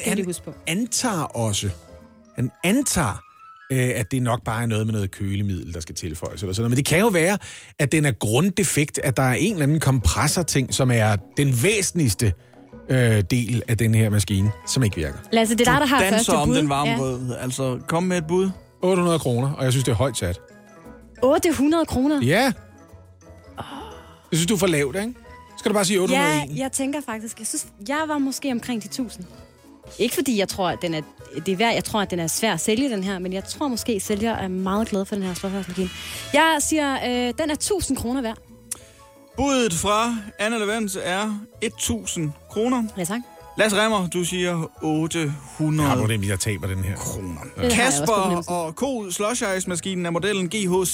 antager, at det nok bare er noget med noget kølemiddel, der skal tilføjes eller sådan noget. Men det kan jo være, at den er grunddefekt, at der er en eller anden kompressorting, som er den væsentligste del af den her maskine, som ikke virker. Lasse, det er der har første bud. om den varme rød. Altså, kom med et bud. 800 kroner, og jeg synes, det er højt sat. 800 kroner? Ja. Jeg synes, du er for lavt, ikke? Skal du bare sige 801? Ja, jeg tænker faktisk, jeg var måske omkring de 1000. Ikke fordi jeg tror, at den er det er værd. Jeg tror, at den er svær at sælge, den her, men jeg tror måske, at sælger er meget glad for den her slåsmaskine. Jeg siger, den er 1000 kroner værd. Budet fra Anna Levent er 1000 kroner. Ja, tak. Lasse Remmer, du siger 800 ja, det er, jeg taber den her. Kroner. Kasper og Co. Slush Ice maskinen af modellen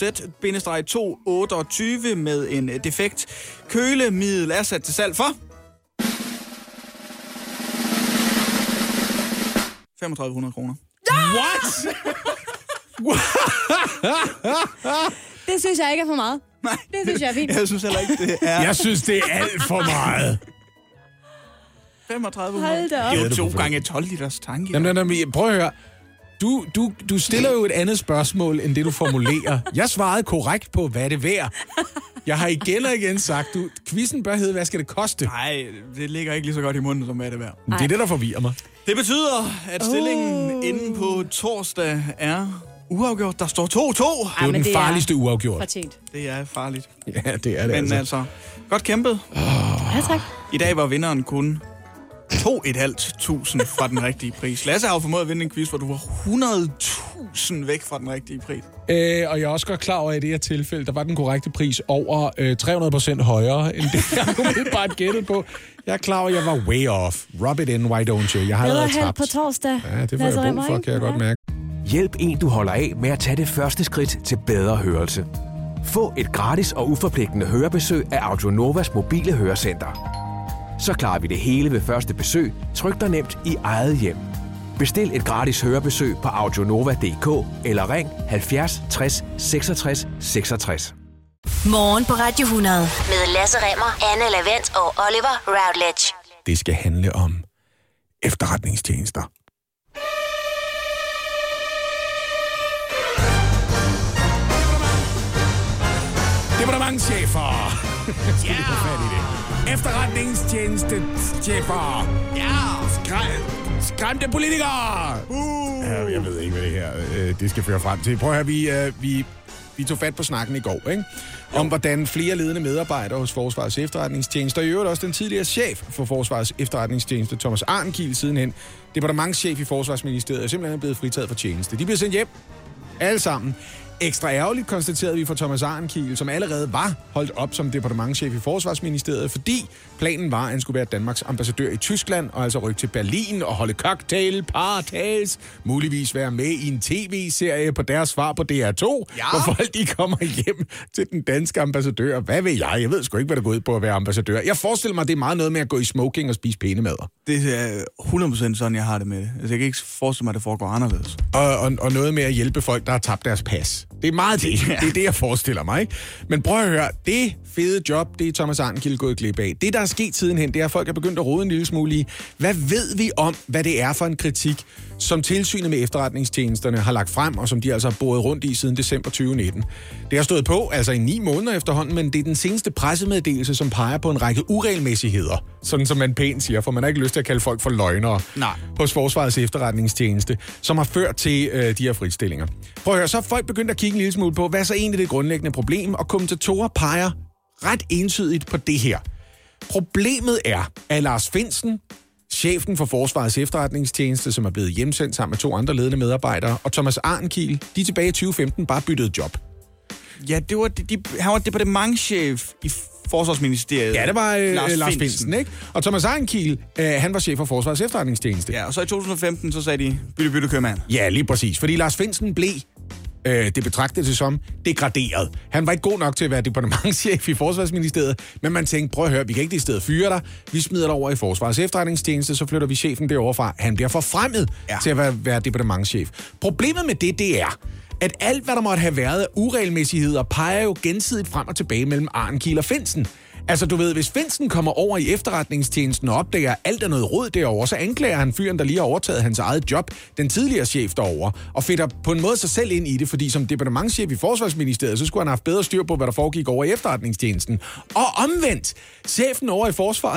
GHZ-228 med en defekt kølemiddel er sat til salg for 3500 kroner. What? Det synes jeg ikke er for meget. Nej. Det synes jeg er fint. Jeg synes heller ikke, det er. Jeg synes, det er alt for meget. 3500. Hold da op. Det er jo 2 gange 12 liters tanke. Jamen, prøv at høre. Du stiller jo et andet spørgsmål, end det du formulerer. Jeg svarede korrekt på, hvad det er værd. Jeg har igen og igen sagt, quizzen bør hedde, hvad skal det koste? Nej, det ligger ikke lige så godt i munden, som hvad det er. Det er det, der forvirrer mig. Det betyder, at stillingen inde på torsdag er uafgjort. Der står 2-2. Det er jo den farligste uafgjort. Fortjent. Det er farligt. Ja, det er det. Men altså, godt kæmpet. Ja, tak. I dag var vinderen kun 2.500 fra den rigtige pris. Lasse har jo formået at vinde en quiz, hvor du var 100.000 væk fra den rigtige pris. Og jeg er også godt klar over, at i det her tilfælde, der var den korrekte pris over 300% højere, end det, jeg umiddelbart gættede på. Jeg er klar over, at jeg var way off. Rub it in, why don't you? Jeg har allerede tabt. på torsdag. Ja, det får jeg brug for, kan jeg godt mærke. Hjælp en, du holder af med at tage det første skridt til bedre hørelse. Få et gratis og uforpligtende hørebesøg af Audionovas mobile hørecenter. Så klarer vi det hele ved første besøg, tryk dig nemt i eget hjem. Bestil et gratis hørebesøg på audionova.dk eller ring 70 60 66 66. Morgen på Radio 100 med Lasse Remmer, Anne Lavent og Oliver Routledge. Det skal handle om efterretningstjenester. Departementschefer. Ja. Efterretningstjenestechefer. Ja. Skræmte politikere. Ja, jeg ved ikke, hvad det her det skal føre frem til. Prøv at høre, vi tog fat på snakken i går, ikke? Om hvordan flere ledende medarbejdere hos Forsvarets Efterretningstjeneste, og i øvrigt også den tidligere chef for Forsvarets Efterretningstjeneste, Thomas Arnkiel, sidenhen departementschef i Forsvarsministeriet, er simpelthen blevet fritaget for tjeneste. De blev sendt hjem. Alle sammen. Ekstra ærgerligt konstaterede vi for Thomas Arnkiel, som allerede var holdt op som departementschef i Forsvarsministeriet, fordi planen var, at han skulle være Danmarks ambassadør i Tyskland, og altså rykke til Berlin og holde cocktailparties, muligvis være med i en tv-serie på deres svar på DR2, hvor folk de kommer hjem til den danske ambassadør. Hvad ved jeg? Jeg ved sgu ikke, hvad der går ud på at være ambassadør. Jeg forestiller mig, det er meget noget med at gå i smoking og spise pæne madder. Det er 100% sådan, jeg har det med det. Altså, jeg kan ikke forestille mig, at det foregår anderledes. Og noget med at hjælpe folk, der har tabt deres pas. Det er meget det. Det er det, jeg forestiller mig, ikke? Men prøv at høre, det fede job, det er Thomas Arnkiel gået glip af. Det, der er sket sidenhen, det er, at folk er begyndt at rode en lille smule i, hvad ved vi om, hvad det er for en kritik, som tilsynet med efterretningstjenesterne har lagt frem, og som de altså har boret rundt i siden december 2019. Det har stået på, altså i 9 måneder efterhånden, men det er den seneste pressemeddelelse, som peger på en række uregelmæssigheder, sådan som man pænt siger, for man har ikke lyst til at kalde folk for løgnere hos Forsvarets Efterretningstjeneste, som har ført til de her fritstillinger. Prøv at høre, så har folk begyndt at kigge en lille smule på, hvad er så egentlig det grundlæggende problem, og kommentatorer peger ret entydigt på det her. Problemet er, at Lars Findsen, chefen for Forsvarets Efterretningstjeneste, som er blevet hjemsendt sammen med 2 andre ledende medarbejdere, og Thomas Arnkiel, de tilbage i 2015 bare byttede job. Ja, det var han var departementschef i Forsvarsministeriet. Ja, det var Lars Findsen, ikke? Og Thomas Arnkiel, han var chef for Forsvarets Efterretningstjeneste. Ja, og så i 2015, så sagde de, bytte købmand. Ja, lige præcis. Fordi Lars Findsen blev det betragtede sig som degraderet. Han var ikke god nok til at være departementschef i Forsvarsministeriet, men man tænkte, prøv at høre, vi kan ikke i stedet fyre dig. Vi smider dig over i Forsvarets Efterretningstjeneste, så flytter vi chefen derovre fra. Han bliver forfremmet til at være departementschef. Problemet med det er, at alt, hvad der måtte have været af uregelmæssigheder, peger jo gensidigt frem og tilbage mellem Arnkiel og Findsen. Altså, du ved, hvis Findsen kommer over i efterretningstjenesten og opdager, at alt er noget rod derovre, så anklager han fyren, der lige har overtaget hans eget job, den tidligere chef derovre, og fedter på en måde sig selv ind i det, fordi som departementschef i Forsvarsministeriet, så skulle han have haft bedre styr på, hvad der foregik over i efterretningstjenesten. Og omvendt, chefen over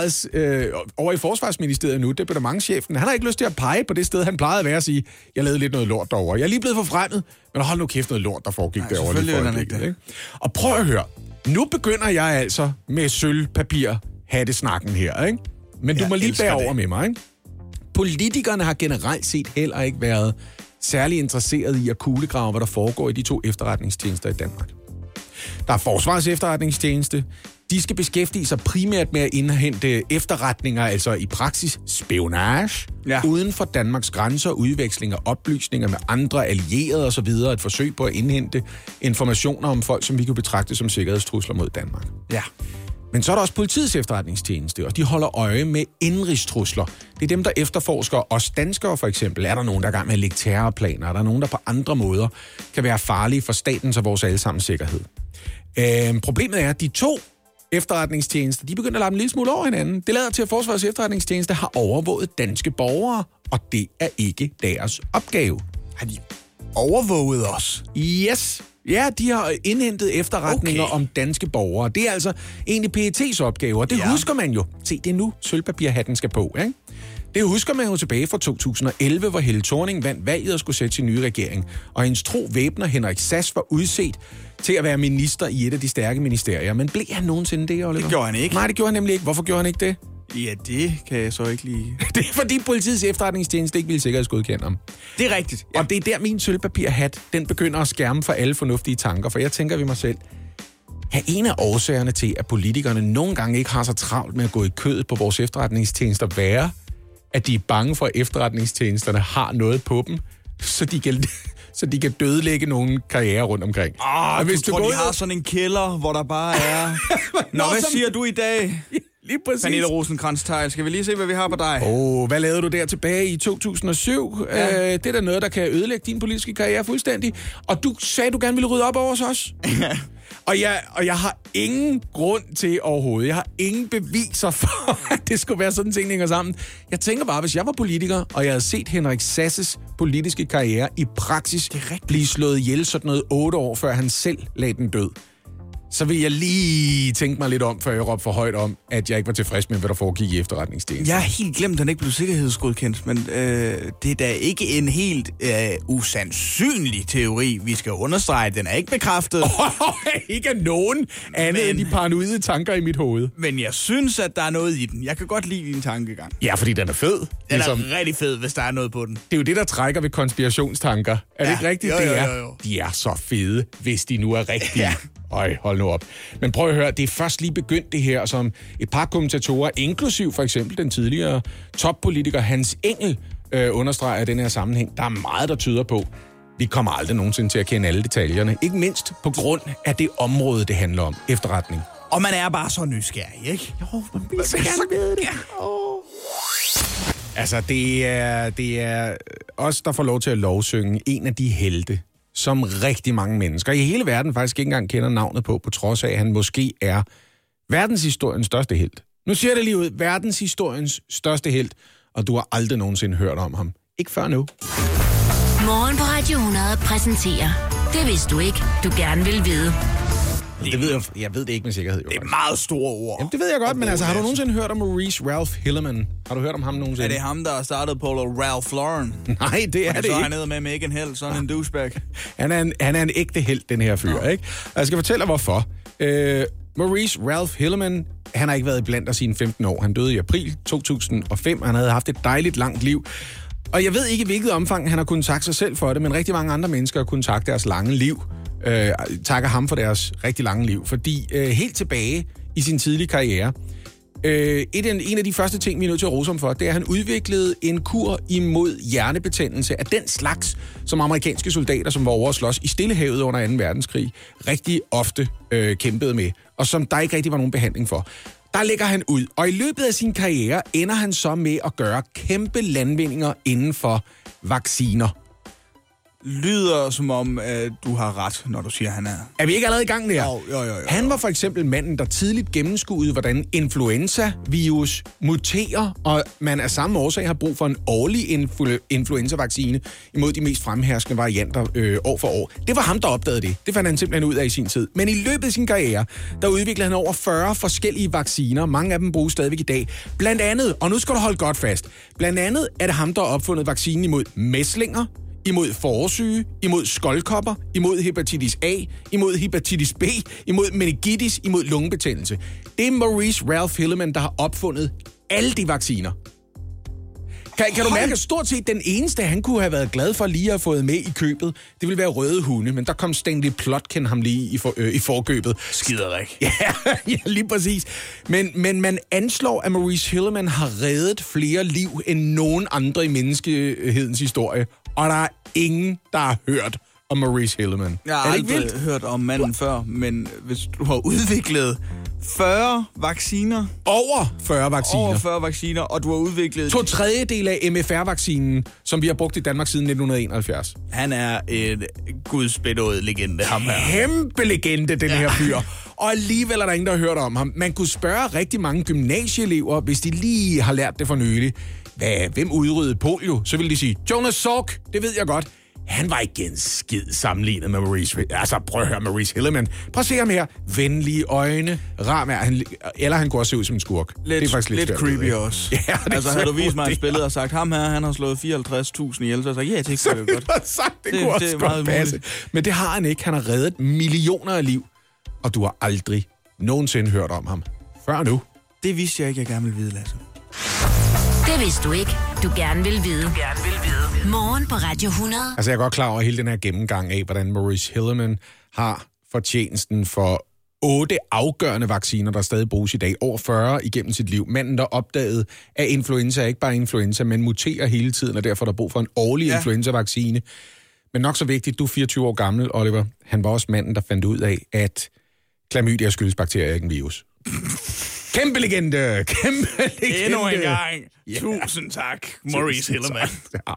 i Forsvarsministeriet nu, departementschefen, han har ikke lyst til at pege på det sted, han plejede at være og sige, jeg lavede lidt noget lort derovre. Jeg er lige blevet forfremmet, men hold nu kæft noget lort, der foregik derovre. Ikke? Og prøv at høre. Nu begynder jeg altså med sølvpapir hattesnakken her, ikke? Men du må lige bære over med mig, ikke? Politikerne har generelt set heller ikke været særlig interesseret i at kuglegrave, hvad der foregår i de 2 efterretningstjenester i Danmark. Der er Forsvarets Efterretningstjeneste. De skal beskæftige sig primært med at indhente efterretninger, altså i praksis spionage, uden for Danmarks grænser, udveksling af oplysninger med andre allierede osv., et forsøg på at indhente informationer om folk, som vi kan betragte som sikkerhedstrusler mod Danmark. Ja. Men så er der også Politiets Efterretningstjeneste, og de holder øje med indenrigstrusler. Det er dem, der efterforsker os danskere for eksempel. Er der nogen, der er i gang med at lægge terrorplaner? Er der nogen, der på andre måder kan være farlige for statens og vores allesammens sikkerhed? Problemet er, at de 2 efterretningstjenester, de begynder at lade dem en lille smule over hinanden. Det lader til, at Forsvarets Efterretningstjeneste har overvåget danske borgere, og det er ikke deres opgave. Har de overvåget os? Yes. Ja, de har indhentet efterretninger om danske borgere. Det er altså egentlig PET's opgave, og det husker man jo. Se, det er nu sølvpapirhatten skal på, ikke? Det husker man jo tilbage fra 2011, hvor Helle Thorning vandt valget og skulle sætte sin nye regering. Og hendes tro væbner Henrik Sass var udset til at være minister i et af de stærke ministerier. Men blev han nogensinde det, Oliver? Det gjorde han ikke. Nej, det gjorde han nemlig ikke. Hvorfor gjorde han ikke det? Ja, det kan jeg så ikke lige... Det er fordi politiets efterretningstjeneste ikke ville sikkerhedsgodkende ham. Det er rigtigt. Ja. Og det er der min sølvpapirhat, den begynder at skærme for alle fornuftige tanker. For jeg tænker ved mig selv, er en af årsagerne til, at politikerne nogle gange ikke har så travlt med at gå i kødet på vores efterretningstjenester være, at de er bange for, at efterretningstjenesterne har noget på dem, så de kan dødelægge nogle karriere rundt omkring. Hvis du tror, de har sådan en kælder, hvor der bare er... Nå, hvad siger du i dag? Lige præcis. Pernille Rosenkrantz-Theil, skal vi lige se, hvad vi har på dig? Hvad lavede du der tilbage i 2007? Ja. Det er da noget, der kan ødelægge din politiske karriere fuldstændig. Og du sagde, du gerne ville rydde op over os. Og jeg har ingen grund til overhovedet. Jeg har ingen beviser for, at det skulle være sådan, ting hænger sammen. Jeg tænker bare, hvis jeg var politiker, og jeg havde set Henrik Sasses politiske karriere i praksis blive slået ihjel sådan noget 8 år, før han selv lagde den død, så vil jeg lige tænke mig lidt om, før jeg råbte for højt om, at jeg ikke var tilfreds med, hvad der foregik i efterretningstjenesten. Jeg har helt glemt, at han ikke blev sikkerhedsgodkendt, men det er da ikke en helt usandsynlig teori. Vi skal understrege, den er ikke bekræftet. Ikke af nogen andet end de paranoide tanker i mit hoved. Men jeg synes, at der er noget i den. Jeg kan godt lide din tankegang. Ja, fordi den er fed. Den er rigtig fed, hvis der er noget på den. Det er jo det, der trækker ved konspirationstanker. Er det ikke rigtigt? Jo. De er så fede, hvis de nu er rigtige. Ja. Øj, hold nu op. Men prøv at høre, det er først lige begyndt det her, som et par kommentatorer, inklusiv for eksempel den tidligere toppolitiker Hans Engel, understreger den her sammenhæng. Der er meget, der tyder på, vi kommer aldrig nogensinde til at kende alle detaljerne. Ikke mindst på grund af det område, det handler om. Efterretning. Og man er bare så nysgerrig, ikke? Jo, man vil så gerne vide det. Altså, det er os, der får lov til at lovsynge en af de helte, som rigtig mange mennesker i hele verden faktisk ikke engang kender navnet på trods af, at han måske er verdenshistoriens største helt. Nu siger det lige ud, verdenshistoriens største helt, og du har aldrig nogensinde hørt om ham. Ikke før nu. Morgen på Radio 100 præsenterer Det vidste du ikke, du gerne vil vide. Det ved jeg ved det ikke med sikkerhed. Det er meget store ord. Jamen, det ved jeg godt, men altså, har du nogensinde hørt om Maurice Ralph Hilleman? Har du hørt om ham nogensinde? Er det ham, der startede Polo Ralph Lauren? Nej, det er det ikke. Så er han nede med Megan Held, sådan en douchebag. Han er en ægte helt, den her fyr, ikke? Og jeg skal fortælle dig, hvorfor. Maurice Ralph Hilleman, han har ikke været blandt af sine 15 år. Han døde i april 2005, og han havde haft et dejligt langt liv. Og jeg ved ikke, i hvilket omfang han har kunnet takke sig selv for det, men rigtig mange andre mennesker har kunnet takke deres lange liv. Takker ham for deres rigtig lange liv. Fordi helt tilbage i sin tidlige karriere, en af de første ting, vi er nødt til at rose ham for, det er, at han udviklede en kur imod hjernebetændelse af den slags, som amerikanske soldater, som var over at slås i Stillehavet under 2. verdenskrig, rigtig ofte kæmpede med, og som der ikke rigtig var nogen behandling for. Der lægger han ud, og i løbet af sin karriere ender han så med at gøre kæmpe landvindinger inden for vacciner. Lyder som om, at du har ret, når du siger, at han er... Er vi ikke allerede i gang der? Jo. Han var for eksempel manden, der tidligt gennemskuede, hvordan influenza-virus muterer, og man af samme årsag har brug for en årlig influenza-vaccine imod de mest fremherskende varianter år for år. Det var ham, der opdagede det. Det fandt han simpelthen ud af i sin tid. Men i løbet af sin karriere, der udviklede han over 40 forskellige vacciner. Mange af dem bruges stadigvæk i dag. Blandt andet, og nu skal du holde godt fast, blandt andet er det ham, der har opfundet vaccinen imod mæslinger, imod forsyge, imod skoldkopper, imod hepatitis A, imod hepatitis B, imod meningitis, imod lungebetændelse. Det er Maurice Ralph Hilleman, der har opfundet alle de vacciner. Kan du mærke, at stort set den eneste, han kunne have været glad for lige at have fået med i købet, det ville være røde hunde, men der kom Stanley Plotkin ham lige i forkøbet. Skiderik. Ja, lige præcis. Men man anslår, at Maurice Hilleman har reddet flere liv end nogen andre i menneskehedens historie. Og der er ingen, der har hørt om Maurice Hilleman. Jeg har aldrig hørt om manden før, men hvis du har udviklet 40 vacciner... Over 40 vacciner, og du har udviklet... 2/3 af MFR-vaccinen, som vi har brugt i Danmark siden 1971. Han er et gudsbedået legende, ham her. Kæmpe legende, den her fyr. Og alligevel er der ingen, der har hørt om ham. Man kunne spørge rigtig mange gymnasieelever, hvis de lige har lært det for nylig. Hvem udryddede polio? Så vil de sige, Jonas Salk, det ved jeg godt. Han var ikke en skid sammenlignet med Maurice. Altså, prøv at høre Maurice Hilleman. Prøv at se ham her. Venlige øjne, ram er eller han kunne også se ud som en skurk. Det er faktisk lidt creepy også. Ja, altså, havde du vist mig et billede og sagt, ham her, han har slået 54.000 ihjel, så jeg sagde, ja, det er ikke godt. Sagt, det kunne også godt passe. Men det har han ikke. Han har reddet millioner af liv, og du har aldrig nogensinde hørt om ham. Før nu. Det vidste jeg ikke, jeg gerne ville vide, Lasse. Det vidste du ikke. Du gerne vil vide. Morgen på Radio 100. Altså, jeg er godt klar over hele den her gennemgang af, hvordan Maurice Hilleman har fortjenesten for 8 afgørende vacciner, der stadig bruges i dag. Over 40 igennem sit liv. Manden, der opdagede, at influenza er ikke bare influenza, men muterer hele tiden, og derfor er der brug for en årlig influenza-vaccine. Men nok så vigtigt, du er 24 år gammel, Oliver. Han var også manden, der fandt ud af, at klamydia skyldes bakterier, ikke en virus. Kæmpe legende! Endnu en gang. Tusind tak, Maurice Hilleman. Ja.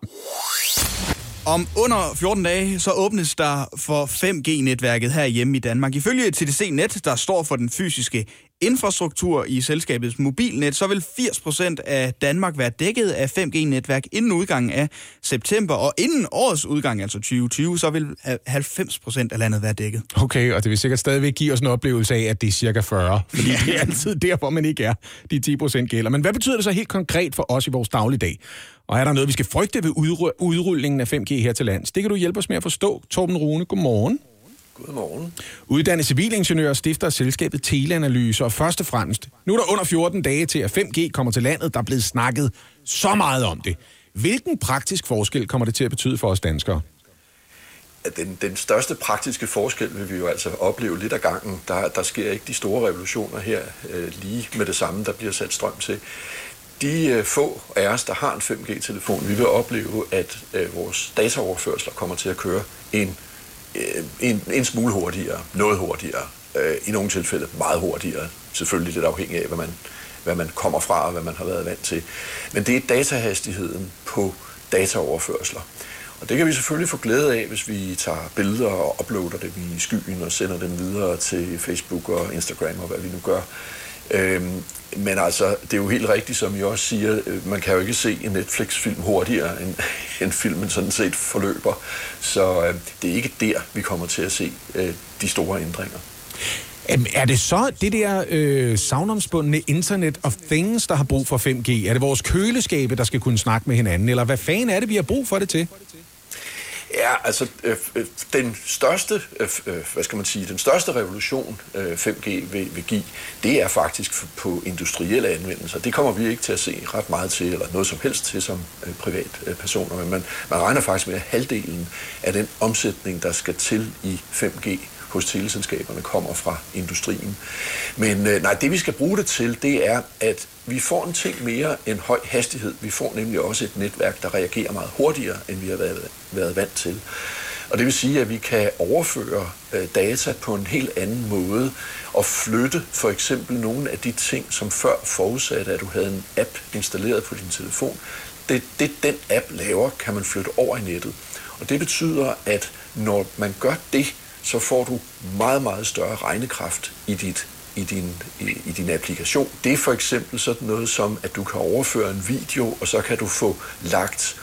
Om under 14 dage, så åbnes der for 5G-netværket herhjemme i Danmark. Ifølge TDC Net, der står for den fysiske infrastruktur i selskabets mobilnet, så vil 80% af Danmark være dækket af 5G-netværk inden udgangen af september. Og inden årets udgang, altså 2020, så vil 90% af landet være dækket. Okay, og det vil sikkert stadigvæk give os en oplevelse af, at det er cirka 40. Fordi det er altid der, hvor man ikke er. De 10% gælder. Men hvad betyder det så helt konkret for os i vores dagligdag? Og er der noget, vi skal frygte ved udrullingen af 5G her til lands? Det kan du hjælpe os med at forstå. Torben Rune, godmorgen. Godmorgen. Uddannet civilingeniør stifter selskabet Teleanalyse, og først og fremmest, nu er der under 14 dage til, at 5G kommer til landet. Der er blevet snakket så meget om det. Hvilken praktisk forskel kommer det til at betyde for os danskere? Den største praktiske forskel vil vi jo altså opleve lidt ad gangen. Der sker ikke de store revolutioner her lige med det samme, der bliver sat strøm til. De få af os, der har en 5G-telefon, vi vil opleve, at vores dataoverførsler kommer til at køre en smule hurtigere, noget hurtigere, i nogle tilfælde meget hurtigere, selvfølgelig lidt afhængig af, hvad man kommer fra og hvad man har været vant til. Men det er datahastigheden på dataoverførsler. Og det kan vi selvfølgelig få glæde af, hvis vi tager billeder og uploader dem i skyen og sender dem videre til Facebook og Instagram og hvad vi nu gør. Men altså, det er jo helt rigtigt, som I også siger, man kan jo ikke se en Netflix-film hurtigere, end filmen sådan set forløber. Så det er ikke der, vi kommer til at se de store ændringer. Er det så det der savnomsbundne Internet of Things, der har brug for 5G? Er det vores køleskabe, der skal kunne snakke med hinanden? Eller hvad fanden er det, vi har brug for det til? Ja, altså den største, den største revolution 5G vil give, det er faktisk på industrielle anvendelser. Det kommer vi ikke til at se ret meget til, eller noget som helst til som privatpersoner, men man regner faktisk med, at halvdelen af den omsætning, der skal til i 5G hos teleselskaberne, kommer fra industrien. Men nej, det vi skal bruge det til, det er, at vi får en ting mere end høj hastighed. Vi får nemlig også et netværk, der reagerer meget hurtigere, end vi har været vant til. Og det vil sige, at vi kan overføre data på en helt anden måde og flytte for eksempel nogle af de ting, som før forudsatte, at du havde en app installeret på din telefon. Det den app laver, kan man flytte over i nettet. Og det betyder, at når man gør det, så får du meget, meget større regnekraft i din applikation. Det er for eksempel sådan noget som, at du kan overføre en video, og så kan du få lagt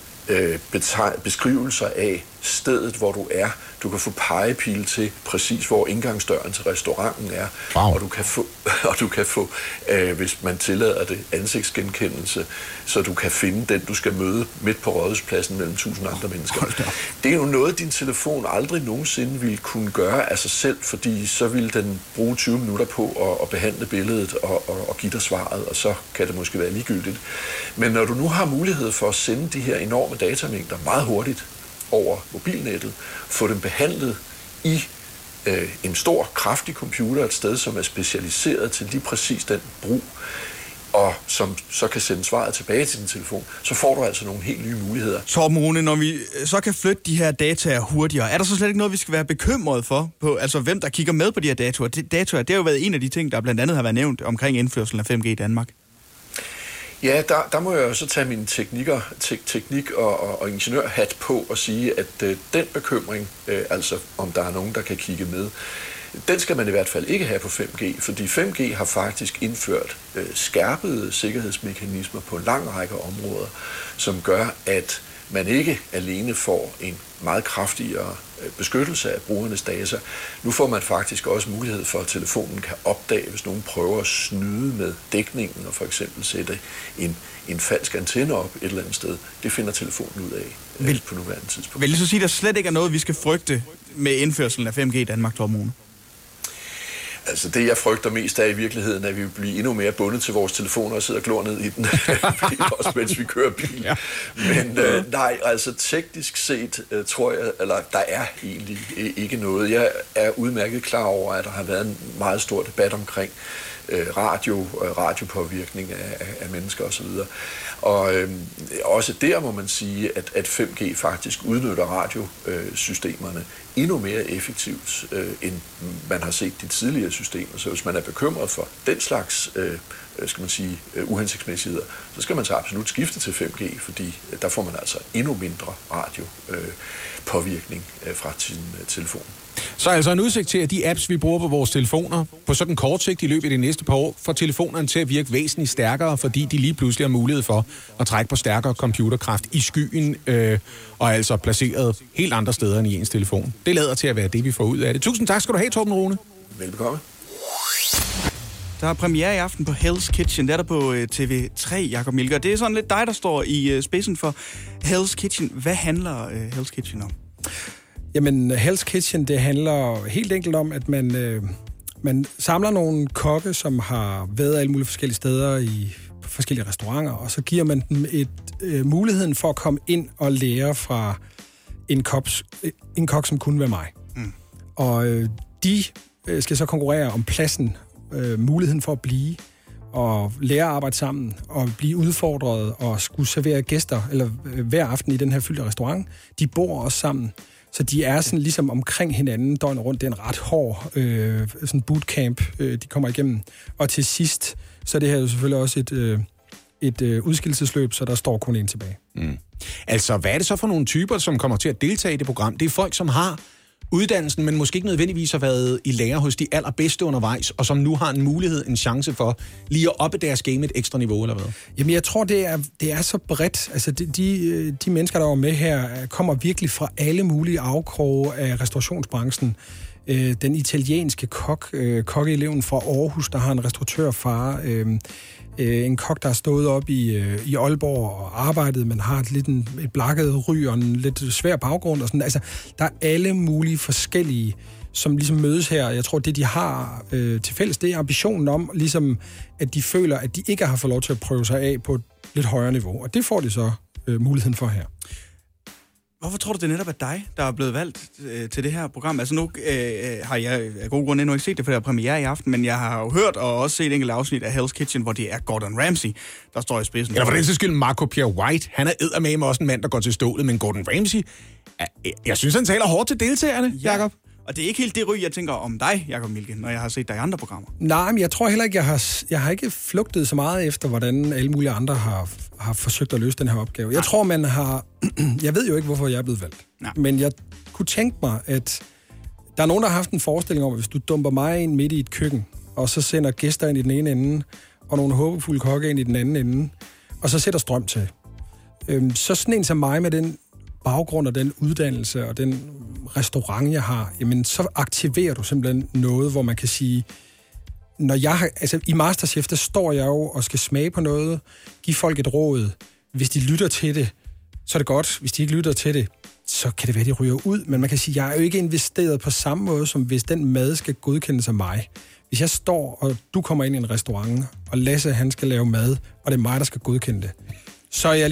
beskrivelser af stedet, hvor du er. Du kan få pegepil til præcis, hvor indgangsdøren til restauranten er. Wow. Og du kan få, hvis man tillader det, ansigtsgenkendelse, så du kan finde den, du skal møde midt på Rådhuspladsen mellem 1000 andre mennesker. Det er jo noget, din telefon aldrig nogensinde ville kunne gøre af sig selv, fordi så ville den bruge 20 minutter på at behandle billedet og give dig svaret, og så kan det måske være ligegyldigt. Men når du nu har mulighed for at sende de her enorme datamængder meget hurtigt over mobilnettet, få dem behandlet i en stor, kraftig computer et sted, som er specialiseret til lige præcis den brug, og som så kan sende svaret tilbage til din telefon, så får du altså nogle helt nye muligheder. Torben Rune, når vi så kan flytte de her data hurtigere, er der så slet ikke noget, vi skal være bekymret for, på, altså hvem der kigger med på de her datoer? Det har jo været en af de ting, der blandt andet har været nævnt omkring indførselen af 5G i Danmark. Ja, der må jeg jo så tage min teknik- og ingeniørhat på og sige, at den bekymring, altså om der er nogen, der kan kigge med, den skal man i hvert fald ikke have på 5G, fordi 5G har faktisk indført skærpede sikkerhedsmekanismer på en lang række områder, som gør, at man ikke alene får en meget kraftigere beskyttelse af brugernes data. Nu får man faktisk også mulighed for, at telefonen kan opdage, hvis nogen prøver at snyde med dækningen og for eksempel sætte en falsk antenne op et eller andet sted. Det finder telefonen ud af på nuværende tidspunkt. Vil det så sige, at der slet ikke er noget, vi skal frygte med indførselen af 5G i Danmark, Torben? Altså det, jeg frygter mest af i virkeligheden, er, at vi vil blive endnu mere bundet til vores telefoner og sidde og glor ned i den, også mens vi kører bil. Ja. Men nej, altså teknisk set tror jeg, eller der er egentlig ikke noget. Jeg er udmærket klar over, at der har været en meget stor debat omkring radiopåvirkning af mennesker osv. Og også der må man sige, at 5G faktisk udnytter radiosystemerne endnu mere effektivt, end man har set de tidligere systemer. Så hvis man er bekymret for den slags skal man sige, uhensigtsmæssigheder, så skal man så absolut skifte til 5G, fordi der får man altså endnu mindre radiopåvirkning fra sin telefon. Så altså en udsigt til, at de apps, vi bruger på vores telefoner, på sådan kort sigt i løbet af de næste par år, får telefonerne til at virke væsentligt stærkere, fordi de lige pludselig har mulighed for at trække på stærkere computerkraft i skyen, og altså placeret helt andre steder end i ens telefon. Det lader til at være det, vi får ud af det. Tusind tak skal du have, Torben Rune. Velbekomme. Der er premiere i aften på Hell's Kitchen. Det er der på TV3, Jakob Milke. Det er sådan lidt dig, der står i spidsen for Hell's Kitchen. Hvad handler Hell's Kitchen om? Jamen, Hell's Kitchen, det handler helt enkelt om, at man samler nogle kokke, som har været alle mulige forskellige steder i forskellige restauranter, og så giver man dem muligheden for at komme ind og lære fra en kok, som kunne være mig. Mm. Og de skal så konkurrere om pladsen, muligheden for at blive og lære at arbejde sammen og blive udfordret og skulle servere gæster eller hver aften i den her fyldte restaurant. De bor også sammen. Så de er sådan ligesom omkring hinanden døgnet rundt. Det er en ret hård sådan bootcamp, de kommer igennem. Og til sidst, så er det her jo selvfølgelig også et udskillelsesløb, så der står kun en tilbage. Mm. Altså, hvad er det så for nogle typer, som kommer til at deltage i det program? Det er folk, som har uddannelsen, men måske ikke nødvendigvis har været i lære hos de allerbedste undervejs, og som nu har en mulighed, en chance for lige at oppe deres game et ekstra niveau, eller hvad? Jamen, jeg tror, det er så bredt. Altså, de mennesker, der var med her, kommer virkelig fra alle mulige afkroge af restaurationsbranchen. Den italienske kokkeeleven fra Aarhus, der har en restauratørfar, en kok, der har stået op i Aalborg og arbejdet, men har et blakket ry og en lidt svær baggrund og sådan. Altså, der er alle mulige forskellige, som ligesom mødes her. Jeg tror, det de har til fælles, det er ambitionen om, ligesom, at de føler, at de ikke har fået lov til at prøve sig af på et lidt højere niveau. Og det får de så muligheden for her. Hvorfor tror du, det netop er dig, der er blevet valgt til det her program? Altså nu har jeg af gode grunde endnu ikke set det, for det er premiere i aften, men jeg har jo hørt og også set enkelt afsnit af Hell's Kitchen, hvor det er Gordon Ramsay, der står i spidsen. Eller for den skyld Marco Pierre White. Han er eddermame også en mand, der går til stålet, men Gordon Ramsay, jeg synes, han taler hårdt til deltagerne, Jakob. Og det er ikke helt det ry, jeg tænker om dig, Jakob Milke, når jeg har set dig i andre programmer. Nej, men jeg tror heller ikke, jeg har ikke flugtet så meget efter, hvordan alle mulige andre har forsøgt at løse den her opgave. Jeg tror, man har... Jeg ved jo ikke, hvorfor jeg er blevet valgt. Nej. Men jeg kunne tænke mig, at der er nogen, der har haft en forestilling om, at hvis du dumper mig ind midt i et køkken, og så sender gæster ind i den ene ende, og nogle håbefulde kokke ind i den anden ende, og så sætter strøm til. Så sådan en som mig med den baggrund og den uddannelse og den restaurant, jeg har, jamen så aktiverer du simpelthen noget, hvor man kan sige, når jeg har, altså i Masterchef, der står jeg jo og skal smage på noget, give folk et råd. Hvis de lytter til det, så er det godt. Hvis de ikke lytter til det, så kan det være, de ryger ud. Men man kan sige, jeg er jo ikke investeret på samme måde, som hvis den mad skal godkendes af mig. Hvis jeg står, og du kommer ind i en restaurant, og Lasse, han skal lave mad, og det er mig, der skal godkende det, så er jeg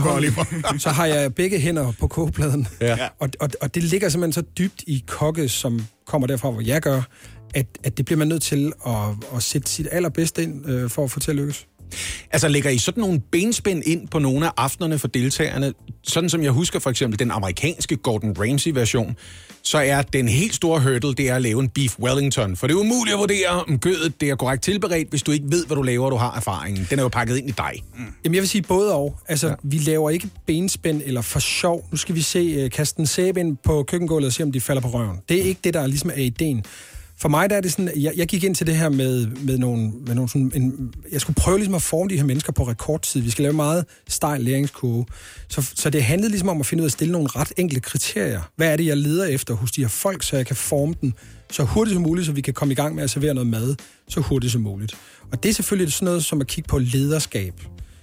så har jeg begge hænder på kogepladen. Ja. Og det ligger simpelthen så dybt i kokke, som kommer derfra, hvor jeg gør, at det bliver man nødt til at sætte sit allerbedste ind for at få til at lykkes. Altså lægger I sådan nogle benspænd ind på nogle af aftenerne for deltagerne? Sådan som jeg husker for eksempel den amerikanske Gordon Ramsay-version, så er den helt store hurdle, det er at lave en beef Wellington. For det er umuligt at vurdere, om kødet det er korrekt tilberedt, hvis du ikke ved, hvad du laver, og du har erfaringen. Den er jo pakket ind i dig. Jamen jeg vil sige både og. Altså, vi laver ikke benspænd eller for sjov. Nu skal vi kaste en sæbe ind på køkkengulvet og se, om de falder på røven. Det er ikke det, der ligesom er ideen. For mig der er det sådan, jeg gik ind til det her med nogle sådan jeg skulle prøve ligesom at forme de her mennesker på rekordtid. Vi skal lave meget stejl læringskurve. Så det handlede ligesom om at finde ud af at stille nogle ret enkle kriterier. Hvad er det, jeg leder efter hos de her folk, så jeg kan forme dem så hurtigt som muligt, så vi kan komme i gang med at servere noget mad så hurtigt som muligt. Og det er selvfølgelig sådan noget som at kigge på lederskab.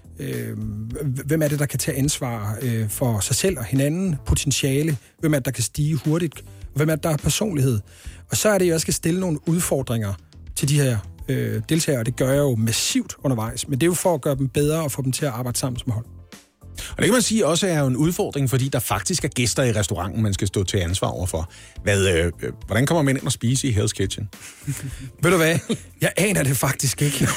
Hvem er det, der kan tage ansvar for sig selv og hinanden, potentiale? Hvem er det, der kan stige hurtigt? Hvem er det, der har personlighed? Og så er det, at jeg skal stille nogle udfordringer til de her deltagere, og det gør jeg jo massivt undervejs. Men det er jo for at gøre dem bedre og få dem til at arbejde sammen som hold. Og det kan man sige også er jo en udfordring, fordi der faktisk er gæster i restauranten, man skal stå til ansvar overfor. Hvordan kommer man ind og spise i Hell's Kitchen? Ved du hvad? Jeg aner det faktisk ikke.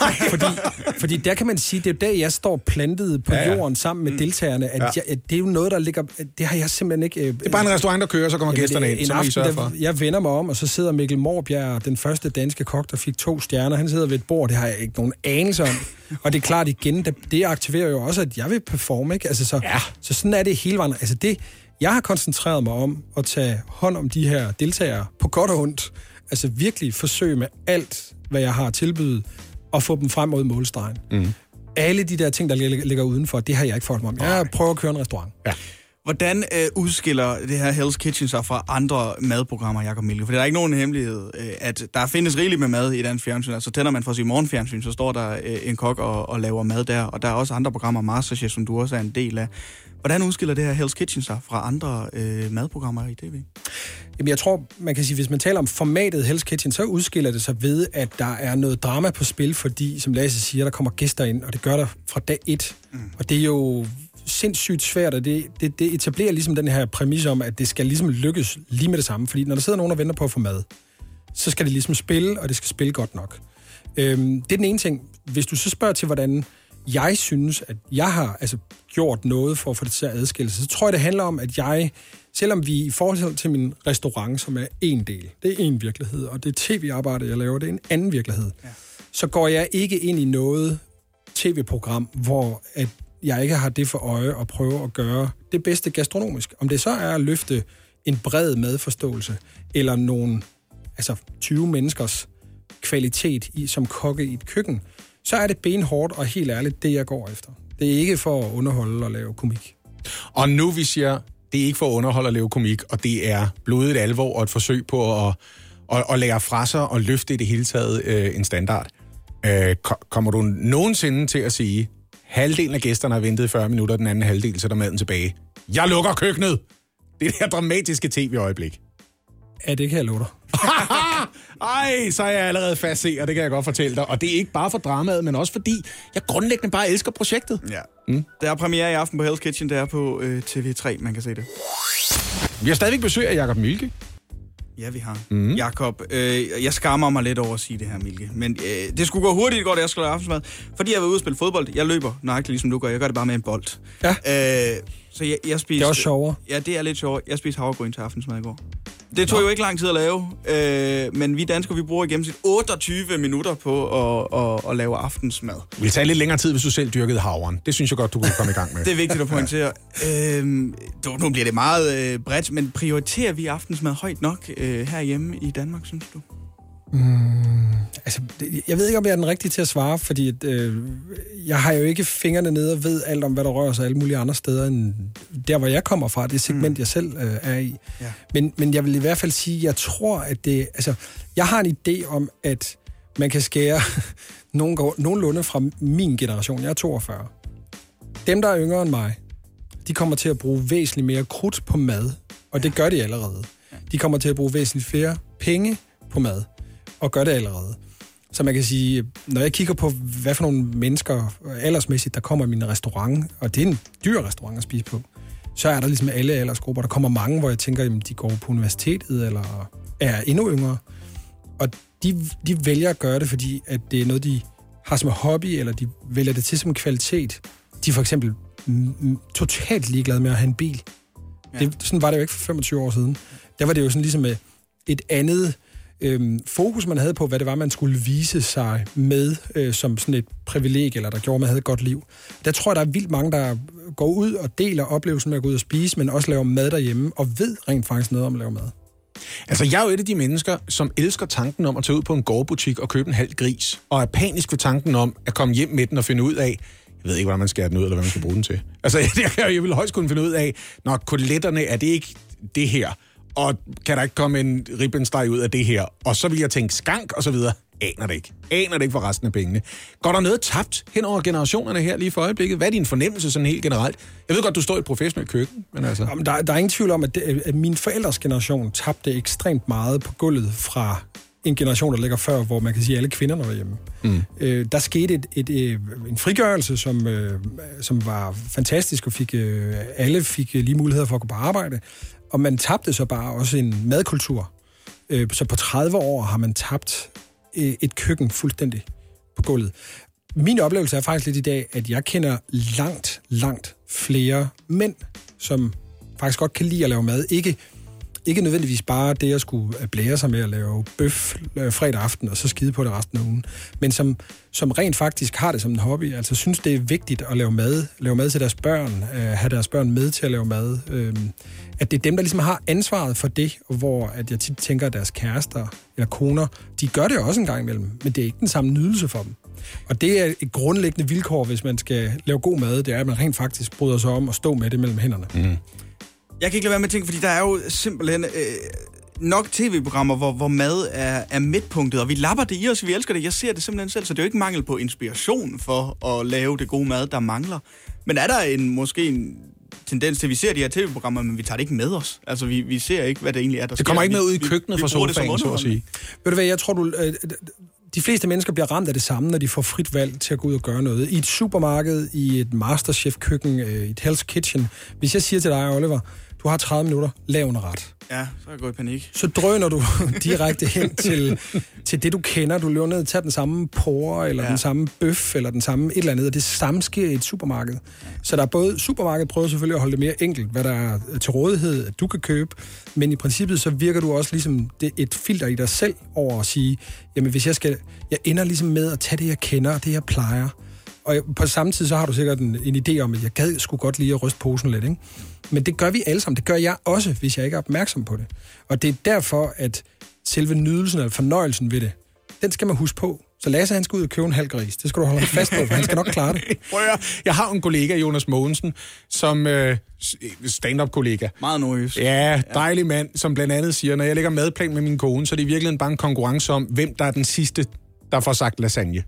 Fordi der kan man sige, det er jo der, jeg står plantet på jorden sammen med deltagerne. At det er jo noget, der ligger... Det har jeg simpelthen ikke... Det er bare en restaurant, der kører, så kommer gæsterne ind. Så må I sørge for. Jeg vender mig om, og så sidder Mikkel Mårbjerg, den første danske kok, der fik 2 stjerner. Han sidder ved et bord, det har jeg ikke nogen anelse om. Og det er klart igen, det aktiverer jo også, at jeg vil performe, ikke? Altså, så sådan er det hele vejen. Altså jeg har koncentreret mig om at tage hånd om de her deltagere på godt og ondt. Altså virkelig forsøge med alt, hvad jeg har at tilbyde, og få dem frem mod målstregen. Alle de der ting, der ligger udenfor, det har jeg ikke fået mig om. Jeg prøver at køre en restaurant. Ja. Hvordan udskiller det her Hell's Kitchen sig fra andre madprogrammer, Jacob Mielke? For det er ikke nogen hemmelighed, at der findes rigeligt med mad i dansk fjernsyn. Altså tænder man for sit morgenfjernsyn, så står der en kok og laver mad der. Og der er også andre programmer, Masterchef, som du også er en del af. Hvordan udskiller det her Hell's Kitchen sig fra andre madprogrammer i tv? Jamen jeg tror, man kan sige, hvis man taler om formatet Hell's Kitchen, så udskiller det sig ved, at der er noget drama på spil, fordi, som Lasse siger, der kommer gæster ind, og det gør der fra dag 1. Og det er jo sindssygt svært, og det etablerer ligesom den her præmis om, at det skal ligesom lykkes lige med det samme. Fordi når der sidder nogen og venter på at få mad, så skal det ligesom spille, og det skal spille godt nok. Det er den ene ting. Hvis du så spørger til, hvordan jeg synes, at jeg har gjort noget for at få det til at adskille sig, så tror jeg, det handler om, at jeg, selvom vi i forhold til min restaurant, som er en del, det er en virkelighed, og det tv-arbejde, jeg laver, det er en anden virkelighed, så går jeg ikke ind i noget tv-program, hvor at jeg ikke har det for øje at prøve at gøre det bedste gastronomisk. Om det så er at løfte en bred madforståelse, eller nogle 20 menneskers kvalitet som kokke i et køkken, så er det benhårdt og helt ærligt det, jeg går efter. Det er ikke for at underholde og lave komik. Og nu vi siger, det er ikke for at underholde og lave komik, og det er blodigt alvor og et forsøg på at lære fra sig og løfte i det hele taget en standard. Kommer du nogensinde til at sige, halvdelen af gæsterne har ventet i 40 minutter, den anden halvdel sætter maden tilbage? Jeg lukker køkkenet! Det er det her dramatiske tv-øjeblik. Ja, det kan jeg love dig. Ej, så er jeg allerede fast se, og det kan jeg godt fortælle dig. Og det er ikke bare for dramaet, men også fordi jeg grundlæggende bare elsker projektet. Ja. Der er premiere i aften på Hell's Kitchen, der er på TV3, man kan se det. Vi har stadigvæk besøg af Jacob Mielke. Ja, vi har. Jacob, jeg skammer mig lidt over at sige det her, Mielke. Men det skulle gå hurtigt, da jeg skulle lave aftensmad. Fordi jeg var ude og spille fodbold. Jeg løber nøjagtigt ligesom du gør. Jeg gør det bare med en bold. Ja. Så jeg spiser... Det er også sjovere. Ja, det er lidt sjovere. Jeg spiste havregryn til aftensmad i går. Det tog jo ikke lang tid at lave, men vi danskere, vi bruger i gennemsnit 28 minutter på at lave aftensmad. Det vil tage lidt længere tid, hvis du selv dyrkede havren. Det synes jeg godt, du kunne komme i gang med. Det er vigtigt at pointere. Nu bliver det meget bredt, men prioriterer vi aftensmad højt nok herhjemme i Danmark, synes du? Jeg ved ikke, om jeg er den rigtige til at svare, fordi jeg har jo ikke fingrene nede og ved alt om, hvad der rører sig alle mulige andre steder, end der, hvor jeg kommer fra, det segment, jeg selv er i. Ja. Men jeg vil i hvert fald sige, jeg tror, at det... jeg har en idé om, at man kan skære nogenlunde fra min generation. Jeg er 42. Dem, der er yngre end mig, de kommer til at bruge væsentligt mere krudt på mad, og det gør de allerede. De kommer til at bruge væsentligt flere penge på mad, og gør det allerede. Så man kan sige, når jeg kigger på, hvad for nogle mennesker aldersmæssigt, der kommer i min restaurant, og det er en dyr restaurant at spise på, så er der ligesom alle aldersgrupper. Der kommer mange, hvor jeg tænker, at de går på universitetet, eller er endnu yngre. Og de vælger at gøre det, fordi at det er noget, de har som hobby, eller de vælger det til som kvalitet. De er for eksempel totalt ligeglade med at have en bil. Ja. Sådan var det jo ikke for 25 år siden. Der var det jo sådan ligesom et andet fokus, man havde på, hvad det var, man skulle vise sig med som sådan et privilegie, eller der gjorde, man havde et godt liv. Der tror jeg, der er vildt mange, der går ud og deler oplevelsen med at gå ud og spise, men også laver mad derhjemme, og ved rent faktisk noget om at lave mad. Altså, jeg er jo et af de mennesker, som elsker tanken om at tage ud på en gårdbutik og købe en halv gris, og er panisk ved tanken om at komme hjem med den og finde ud af, jeg ved ikke, hvordan man skærer den ud, eller hvad man skal bruge den til. Altså, jeg vil højst kunne finde ud af, når koteletterne er det ikke det her, og kan der ikke komme en ribbensteg ud af det her, og så vil jeg tænke skank og så videre. Aner det ikke for resten af pengene. Går der noget tabt hen over generationerne her lige for øjeblikket? Hvad er din fornemmelse sådan helt generelt? Jeg ved godt, du står i et professionelt køkken, men altså... Jamen, der er ingen tvivl om, at min forældres generation tabte ekstremt meget på gulvet fra en generation, der ligger før, hvor man kan sige, at alle kvinderne var hjemme. Der skete en frigørelse, som var fantastisk, og alle fik lige muligheder for at gå på arbejde. Og man tabte så bare også en madkultur. Så på 30 år har man tabt et køkken fuldstændig på gulvet. Min oplevelse er faktisk lidt i dag, at jeg kender langt flere mænd, som faktisk godt kan lide at lave mad. Ikke nødvendigvis bare det, at skulle blære sig med at lave bøf fredag aften, og så skide på det resten af ugen, men som rent faktisk har det som en hobby, altså synes, det er vigtigt at lave mad til deres børn, have deres børn med til at lave mad, at det er dem, der ligesom har ansvaret for det, hvor at jeg tit tænker, at deres kærester eller koner, de gør det også en gang imellem, men det er ikke den samme nydelse for dem. Og det er et grundlæggende vilkår, hvis man skal lave god mad, det er, at man rent faktisk bryder sig om at stå med det mellem hænderne. Jeg kan ikke lade være med at tænke, fordi der er jo simpelthen nok tv-programmer, hvor mad er midtpunktet, og vi lapper det i os, vi elsker det. Jeg ser det simpelthen selv, så det er jo ikke mangel på inspiration for at lave det gode mad, der mangler. Men er der måske en tendens til, at vi ser de her tv-programmer, men vi tager det ikke med os? Altså, vi ser ikke, hvad det egentlig er, der sker. Det kommer ikke med ud i køkkenet fra sofaen, så at sige. Ved du hvad, jeg tror, de fleste mennesker bliver ramt af det samme, når de får frit valg til at gå ud og gøre noget. I et supermarked, i et masterchef-køkken, i et Hell's Kitchen. Hvis jeg siger til dig, Oliver, du har 30 minutter, lav en ret. Ja, så er jeg gået i panik. Så drøner du direkte hen til det, du kender. Du løber ned og tager den samme porre, eller den samme bøf, eller den samme et eller andet, og det samme sker i et supermarked. Så der er både supermarkedet prøver selvfølgelig at holde det mere enkelt, hvad der er til rådighed, at du kan købe, men i princippet så virker du også ligesom et filter i dig selv over at sige, jamen hvis jeg ender ligesom med at tage det, jeg kender, og det, jeg plejer. Og på samme tid, så har du sikkert en idé om, at jeg gad sgu godt lige at ryste posen lidt, ikke? Men det gør vi alle sammen. Det gør jeg også, hvis jeg ikke er opmærksom på det. Og det er derfor, at selve nydelsen eller fornøjelsen ved det, den skal man huske på. Så Lasse, han skal ud og købe en halv gris. Det skal du holde fast på, for han skal nok klare det. Jeg har en kollega, Jonas Mogensen, som stand-up-kollega. Meget nordjysk. Ja, dejlig mand, som blandt andet siger, når jeg lægger madplan med min kone, så er det i virkeligheden bare en konkurrence om, hvem der er den sidste, der får sagt lasagne.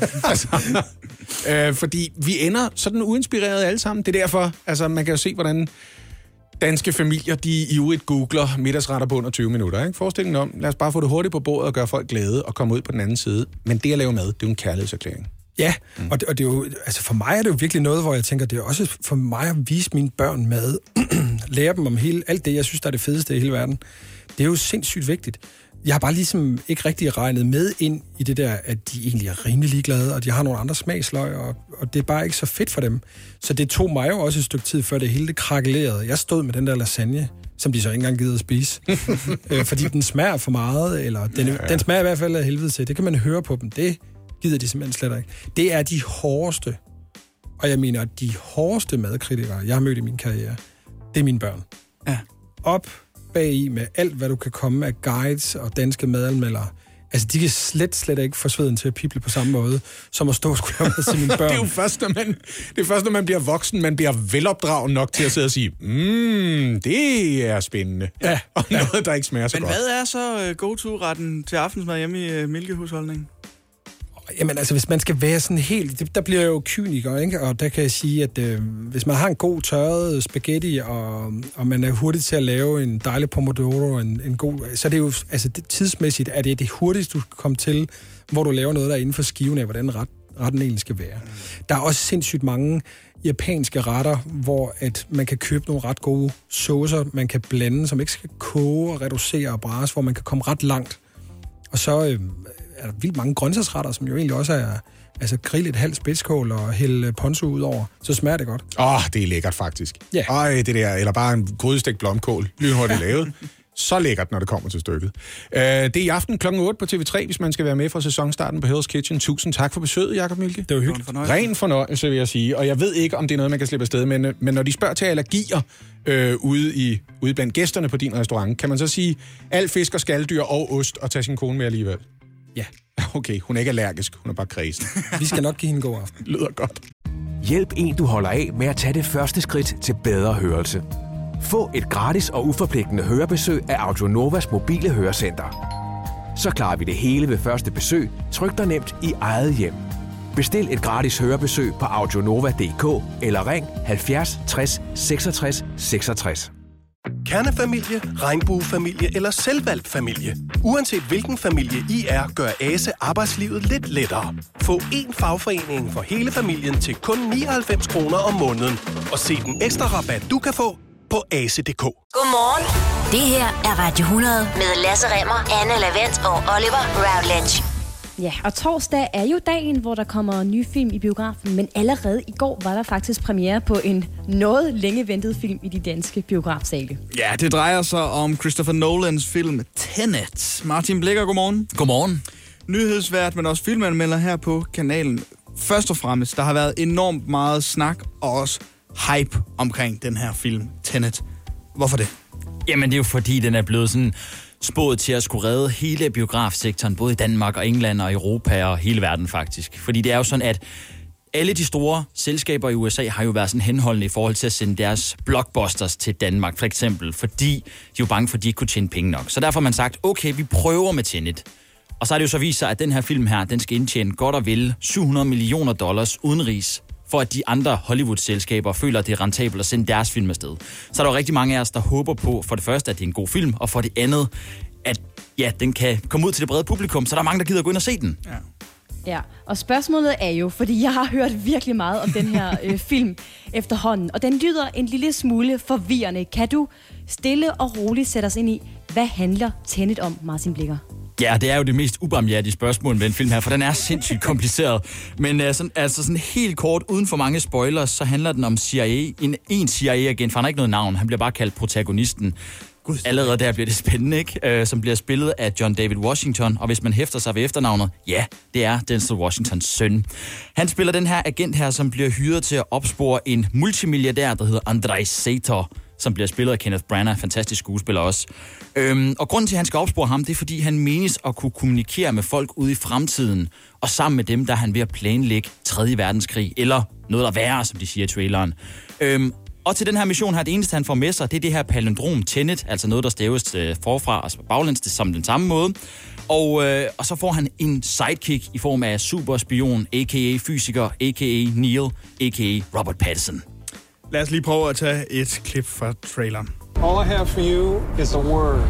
Fordi vi ender sådan uinspireret alle sammen. Det er derfor, altså man kan jo se, hvordan danske familier, de ivrigt googler middagsretter på under 20 minutter. Ikke? Forestillingen om, lad os bare få det hurtigt på bordet og gøre folk glade og komme ud på den anden side. Men det at lave mad, det er jo en kærlighedserklæring. Ja, og det er jo, altså for mig er det jo virkelig noget, hvor jeg tænker, det er også for mig at vise mine børn mad, lære dem om alt det, jeg synes, der er det fedeste i hele verden. Det er jo sindssygt vigtigt. Jeg har bare ligesom ikke rigtig regnet med ind i det der, at de egentlig er rimelig ligeglade, og de har nogle andre smagsløg, og det er bare ikke så fedt for dem. Så det tog mig jo også et stykke tid, før det hele det krakelerede. Jeg stod med den der lasagne, som de så ikke engang gider at spise, fordi den smager for meget, eller den smager i hvert fald af helvede til. Det kan man høre på dem. Det gider de simpelthen slet ikke. Det er de hårdeste, og jeg mener, de hårdeste madkritikere, jeg har mødt i min karriere, det er mine børn. Ja. Op bagi med alt, hvad du kan komme af guides og danske madanmeldere. Altså, de kan slet ikke få sveden til at pible på samme måde, som at stå og skulle lave med til mine børn. Det er jo først, når man bliver voksen, man bliver velopdragen nok til at sidde og sige, det er spændende. Ja. Og noget, der ikke smager så godt. Men hvad er så go-to-retten til aftensmad hjemme i Milke-husholdningen? Jamen altså, hvis man skal være sådan helt... Der bliver jeg jo kyniker, ikke? Og der kan jeg sige, at hvis man har en god tørret spaghetti, og man er hurtig til at lave en dejlig pomodoro, en god... Så er det jo... Altså, tidsmæssigt er det hurtigste, du kan komme til, hvor du laver noget, der er inden for skiven af, hvordan retten egentlig skal være. Der er også sindssygt mange japanske retter, hvor at man kan købe nogle ret gode saucer, man kan blande, som ikke skal koge og reducere og brase, hvor man kan komme ret langt. Og så er der vildt mange grøntsagsretter, som jo egentlig også er... Altså grill et halvt spidskål og hælde ponzu ud over, så smager det godt. Det er lækkert faktisk. Ja. Det der, eller bare en grydestegt blomkål, lynhurtigt lavet. så lækkert, når det kommer til stykket. Det er i aften kl. 8 på TV3, hvis man skal være med fra sæsonstarten på Hell's Kitchen. Tusind tak for besøget, Jakob Milke. Det var hyggeligt. Ren fornøjelse, vil jeg sige. Og jeg ved ikke, om det er noget, man kan slippe afsted med, men når de spørger til allergier ude blandt gæsterne på din restaurant, kan man så sige al fisk og skaldyr og ost og tage sin kone med alligevel? Ja. Okay, hun er ikke allergisk, hun er bare kredsen. Vi skal nok give hende en god aften. Lyder godt. Hjælp en, du holder af med at tage det første skridt til bedre hørelse. Få et gratis og uforpligtende hørebesøg af Audionovas mobile hørecenter. Så klarer vi det hele ved første besøg, tryk dig nemt i eget hjem. Bestil et gratis hørebesøg på audionova.dk eller ring 70 60 66 66. Kernefamilie, regnbuefamilie eller selvvalgt familie. Uanset hvilken familie I er, gør ASE arbejdslivet lidt lettere. Få én fagforening for hele familien til kun 99 kroner om måneden. Og se den ekstra rabat, du kan få på ase.dk. Godmorgen. Det her er Radio 100 med Lasse Remmer, Anne Lavent og Oliver Routledge. Ja, og torsdag er jo dagen, hvor der kommer nye film i biografen, men allerede i går var der faktisk premiere på en noget længe ventet film i de danske biografsale. Ja, det drejer sig om Christopher Nolans film Tenet. Martin Blikker, godmorgen. Godmorgen. Nyhedsvært, men også filmanmelder her på kanalen. Først og fremmest, der har været enormt meget snak og også hype omkring den her film Tenet. Hvorfor det? Jamen, det er jo fordi, den er blevet sådan spået til at skulle redde hele biografsektoren, både i Danmark og England og Europa og hele verden faktisk. Fordi det er jo sådan, at alle de store selskaber i USA har jo været sådan henholdende i forhold til at sende deres blockbusters til Danmark, for eksempel, fordi de er jo bange for, at de ikke kunne tjene penge nok. Så derfor har man sagt, okay, vi prøver med Tenet. Og så har det jo så vist sig, at den her film her, den skal indtjene godt og vel $700 millioner udenrigs, for at de andre Hollywood-selskaber føler, at det er rentabelt at sende deres film afsted. Så er der jo rigtig mange af os, der håber på, for det første, at det er en god film, og for det andet, at ja, den kan komme ud til det brede publikum, så der er mange, der gider gå ind og se den. Ja, og spørgsmålet er jo, fordi jeg har hørt virkelig meget om den her film efterhånden, og den lyder en lille smule forvirrende. Kan du stille og roligt sætte os ind i, hvad handler Tenet om, Martin Blikker? Ja, det er jo det mest ubarmhjertige spørgsmål med den film her, for den er sindssygt kompliceret. Men sådan helt kort, uden for mange spoilers, så handler den om CIA. En CIA-agent, for han har ikke noget navn, han bliver bare kaldt protagonisten. Allerede der bliver det spændende, ikke? Som bliver spillet af John David Washington, og hvis man hæfter sig ved efternavnet, ja, det er Denzel Washingtons søn. Han spiller den her agent her, som bliver hyret til at opspore en multimilliardær, der hedder Andrei Sator, som bliver spillet af Kenneth Branagh, fantastisk skuespiller også. Og grunden til, at han skal opspore ham, det er, fordi han menes at kunne kommunikere med folk ude i fremtiden, og sammen med dem, der er han ved at planlægge 3. verdenskrig, eller noget, der er værre, som de siger i traileren. Og til den her mission her, det eneste, han får med sig, det er det her palindrom Tenet, altså noget, der staves forfra og baglæns som den samme måde. Og så får han en sidekick i form af superspion, a.k.a. fysiker, a.k.a. Neil, a.k.a. Robert Pattinson. Lad os lige prøve at tage et klip fra traileren. All I have for you is a word.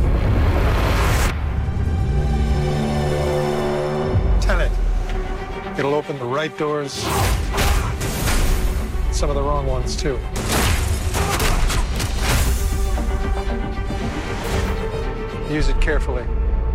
Tenet. It'll open the right doors. Some of the wrong ones, too. Use it carefully.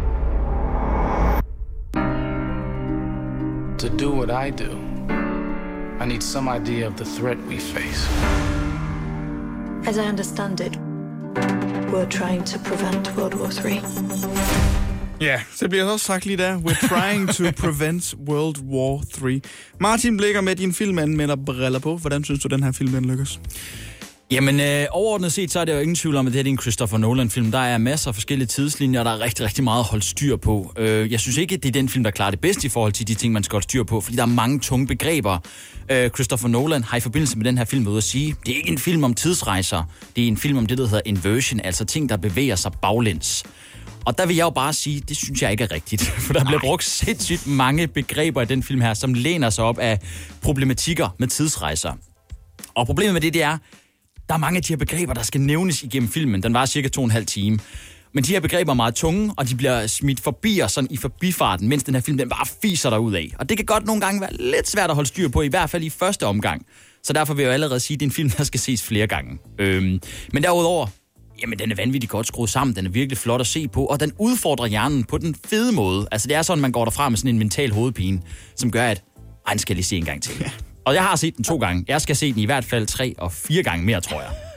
To do what I do, I need some idea of the threat we face. As I understand it, we're trying to prevent World War III. Ja, så bliver også sagt lige der. We're trying to prevent World War III. Martin Blikker, med din filmanmelder briller på. Hvordan synes du, den her film lykkes? Jamen, overordnet set, så er det jo ingen tvivl om, at det her er en Christopher Nolan-film. Der er masser af forskellige tidslinjer, og der er rigtig, rigtig meget at holde styr på. Jeg synes ikke, at det er den film, der klarer det bedste i forhold til de ting, man skal holde styr på, fordi der er mange tunge begreber. Christopher Nolan har i forbindelse med den her film været ude at sige, det er ikke en film om tidsrejser, det er en film om det, der hedder inversion, altså ting, der bevæger sig baglæns. Og der vil jeg jo bare sige, det synes jeg ikke er rigtigt. For der bliver brugt sindssygt mange begreber i den film her, som læner sig op af problematikker med tidsrejser. Og problemet med det er, der er mange af de her begreber, der skal nævnes igennem filmen. Den var cirka 2,5 timer. Men de her begreber er meget tunge, og de bliver smidt forbi og sådan i forbifarten, mens den her film den bare fiser derud af. Og det kan godt nogle gange være lidt svært at holde styr på, i hvert fald i første omgang. Så derfor vil jeg jo allerede sige, at det er en film, der skal ses flere gange. Men derudover, jamen den er vanvittigt godt skruet sammen, den er virkelig flot at se på, og den udfordrer hjernen på den fede måde. Altså det er sådan, man går derfra med sådan en mental hovedpine, som gør, at den skal lige se en gang til. Og jeg har set den 2 gange. Jeg skal se den i hvert fald 3 og 4 gange mere, tror jeg.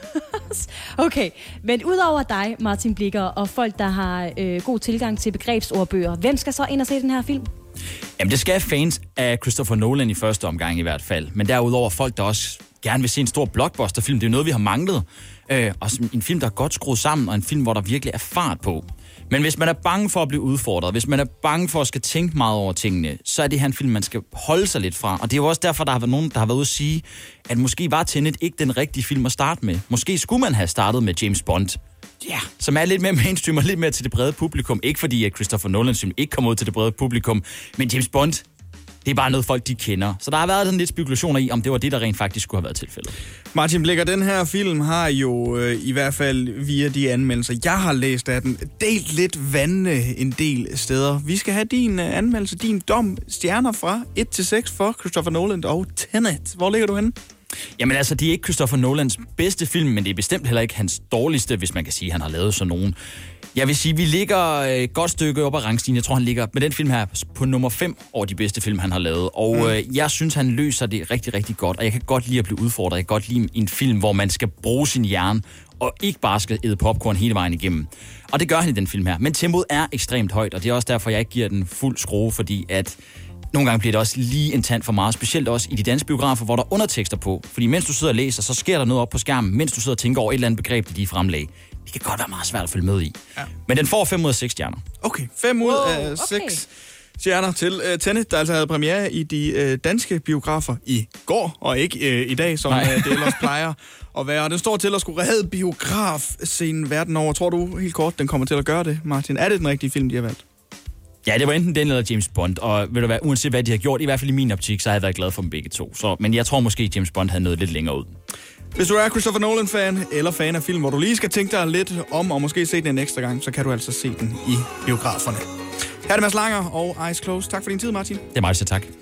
Okay, men udover dig, Martin Blikker, og folk, der har god tilgang til begrebsordbøger, hvem skal så ind og se den her film? Jamen, det skal fans af Christopher Nolan i første omgang i hvert fald. Men derudover folk, der også gerne vil se en stor blockbuster-film. Det er jo noget, vi har manglet. Og en film, der er godt skruet sammen, og en film, hvor der virkelig er fart på. Men hvis man er bange for at blive udfordret, hvis man er bange for at skal tænke meget over tingene, så er det her en film, man skal holde sig lidt fra. Og det er jo også derfor, der har været nogen, der har været ude at sige, at måske var Tenet ikke den rigtige film at starte med. Måske skulle man have startet med James Bond. Ja, som er lidt mere mainstream og lidt mere til det brede publikum. Ikke fordi, at Christopher Nolans film ikke kommer ud til det brede publikum, men James Bond, det er bare noget, folk de kender. Så der har været sådan lidt spekulationer i, om det var det, der rent faktisk skulle have været tilfældet. Martin Blikker, den her film har jo i hvert fald via de anmeldelser, jeg har læst af den, delt lidt vandene en del steder. Vi skal have din anmeldelse, din dom, stjerner fra 1 til 6 for Christopher Nolan og Tenet. Hvor ligger du henne? Jamen altså, det er ikke Christopher Nolans bedste film, men det er bestemt heller ikke hans dårligste, hvis man kan sige, at han har lavet sådan nogen. Jeg vil sige, vi ligger et godt stykke op ad rangstigen. Jeg tror, han ligger med den film her på nummer 5 over de bedste film, han har lavet. Og jeg synes, han løser det rigtig, rigtig godt. Og jeg kan godt lide at blive udfordret. Jeg kan godt lide en film, hvor man skal bruge sin hjerne, og ikke bare skal æde popcorn hele vejen igennem. Og det gør han i den film her. Men tempoet er ekstremt højt, og det er også derfor, jeg ikke giver den fuld skrue, fordi at nogle gange bliver det også lige en tand for meget, specielt også i de danske biografer, hvor der er undertekster på. Fordi mens du sidder og læser, så sker der noget op på skærmen, mens du sidder og tænker over et eller andet begreb, de fremlagde. Det kan godt være meget svært at følge med i. Ja. Men den får 5 ud af 6 stjerner. Okay, 5 ud af 6 stjerner til Tenet, der altså havde premiere i de danske biografer i går, og ikke i dag, som det ellers plejer at være. Den står til at skulle redde biografscenen verden over. Tror du helt kort, den kommer til at gøre det, Martin? Er det den rigtige film, de har valgt? Ja, det var enten den eller James Bond, og ved du hvad, uanset hvad de har gjort, i hvert fald i min optik, så har jeg været glad for dem begge to. Men jeg tror måske, James Bond havde noget lidt længere ud. Hvis du er Christopher Nolan-fan eller fan af film, hvor du lige skal tænke dig lidt om, og måske se den en ekstra gang, så kan du altså se den i biograferne. Her er det Mads Langer og Eyes Closed. Tak for din tid, Martin. Det er mig, så tak.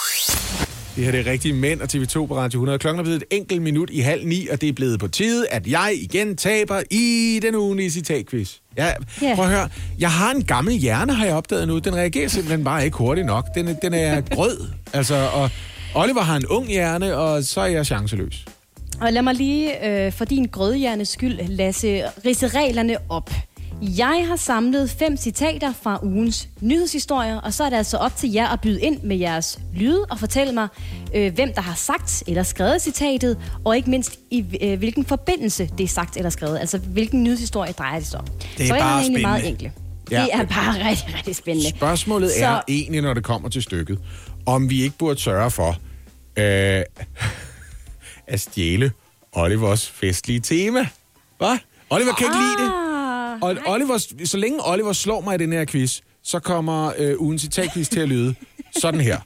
Det her er det rigtige Mænd og TV2 på Radio 100. Klokken er blevet et enkelt minut i 8:30, og det er blevet på tide, at jeg igen taber i den ugenlige citatquiz. Prøv at høre. Jeg har en gammel hjerne, har jeg opdaget nu. Den reagerer simpelthen bare ikke hurtigt nok. Den er grød. Og Oliver har en ung hjerne, og så er jeg chanceløs. Og lad mig lige for din grødhjernes skyld, Lasse, ridse reglerne op. Jeg har samlet 5 citater fra ugens nyhedshistorier, og så er det altså op til jer at byde ind med jeres lyde og fortælle mig, hvem der har sagt eller skrevet citatet, og ikke mindst i hvilken forbindelse det er sagt eller skrevet. Altså, hvilken nyhedshistorie drejer det sig om. Det er så bare spændende. Meget enkelt. Ja. Det er bare rigtig, rigtig spændende. Spørgsmålet er egentlig, når det kommer til stykket, om vi ikke burde sørge for at stjæle Olivers festlige tema. Hvad? Oliver kan ikke lide det. Og Oliver, så længe Oliver slår mig i den her quiz, så kommer ugens citatquiz til at lyde sådan her.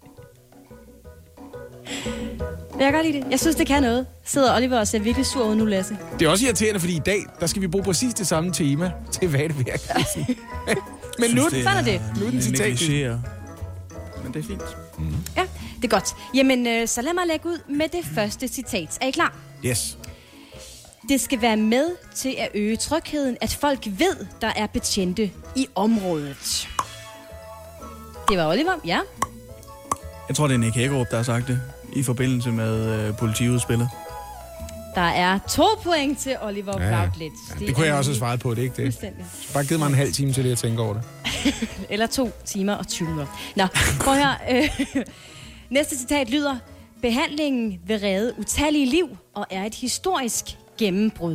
Jeg kan godt lide det. Jeg synes, det kan noget. Sidder Oliver og ser virkelig sur ud nu, Lasse. Det er også irriterende, fordi i dag, der skal vi bruge præcis det samme tema til hvad det virker. Men nu sådan er det. Nu er den citatquiz. Men det er fint. Ja, det er godt. Jamen, så lad mig lægge ud med det første citat. Er I klar? Yes. Det skal være med til at øge trygheden, at folk ved, der er betjente i området. Det var Oliver, ja. Jeg tror, det er Nick Hækkerup, der har sagt det i forbindelse med politiudspillet. Der er 2 point til Oliver Routledge. Ja, det kunne jeg også have svaret på, det ikke det? Bare givet mig en halv time til det at tænke over det. Eller 2 timer og 20 minutter. Nå, prøv her. Næste citat lyder: behandlingen vil redde utallige liv og er et historisk gennembrud.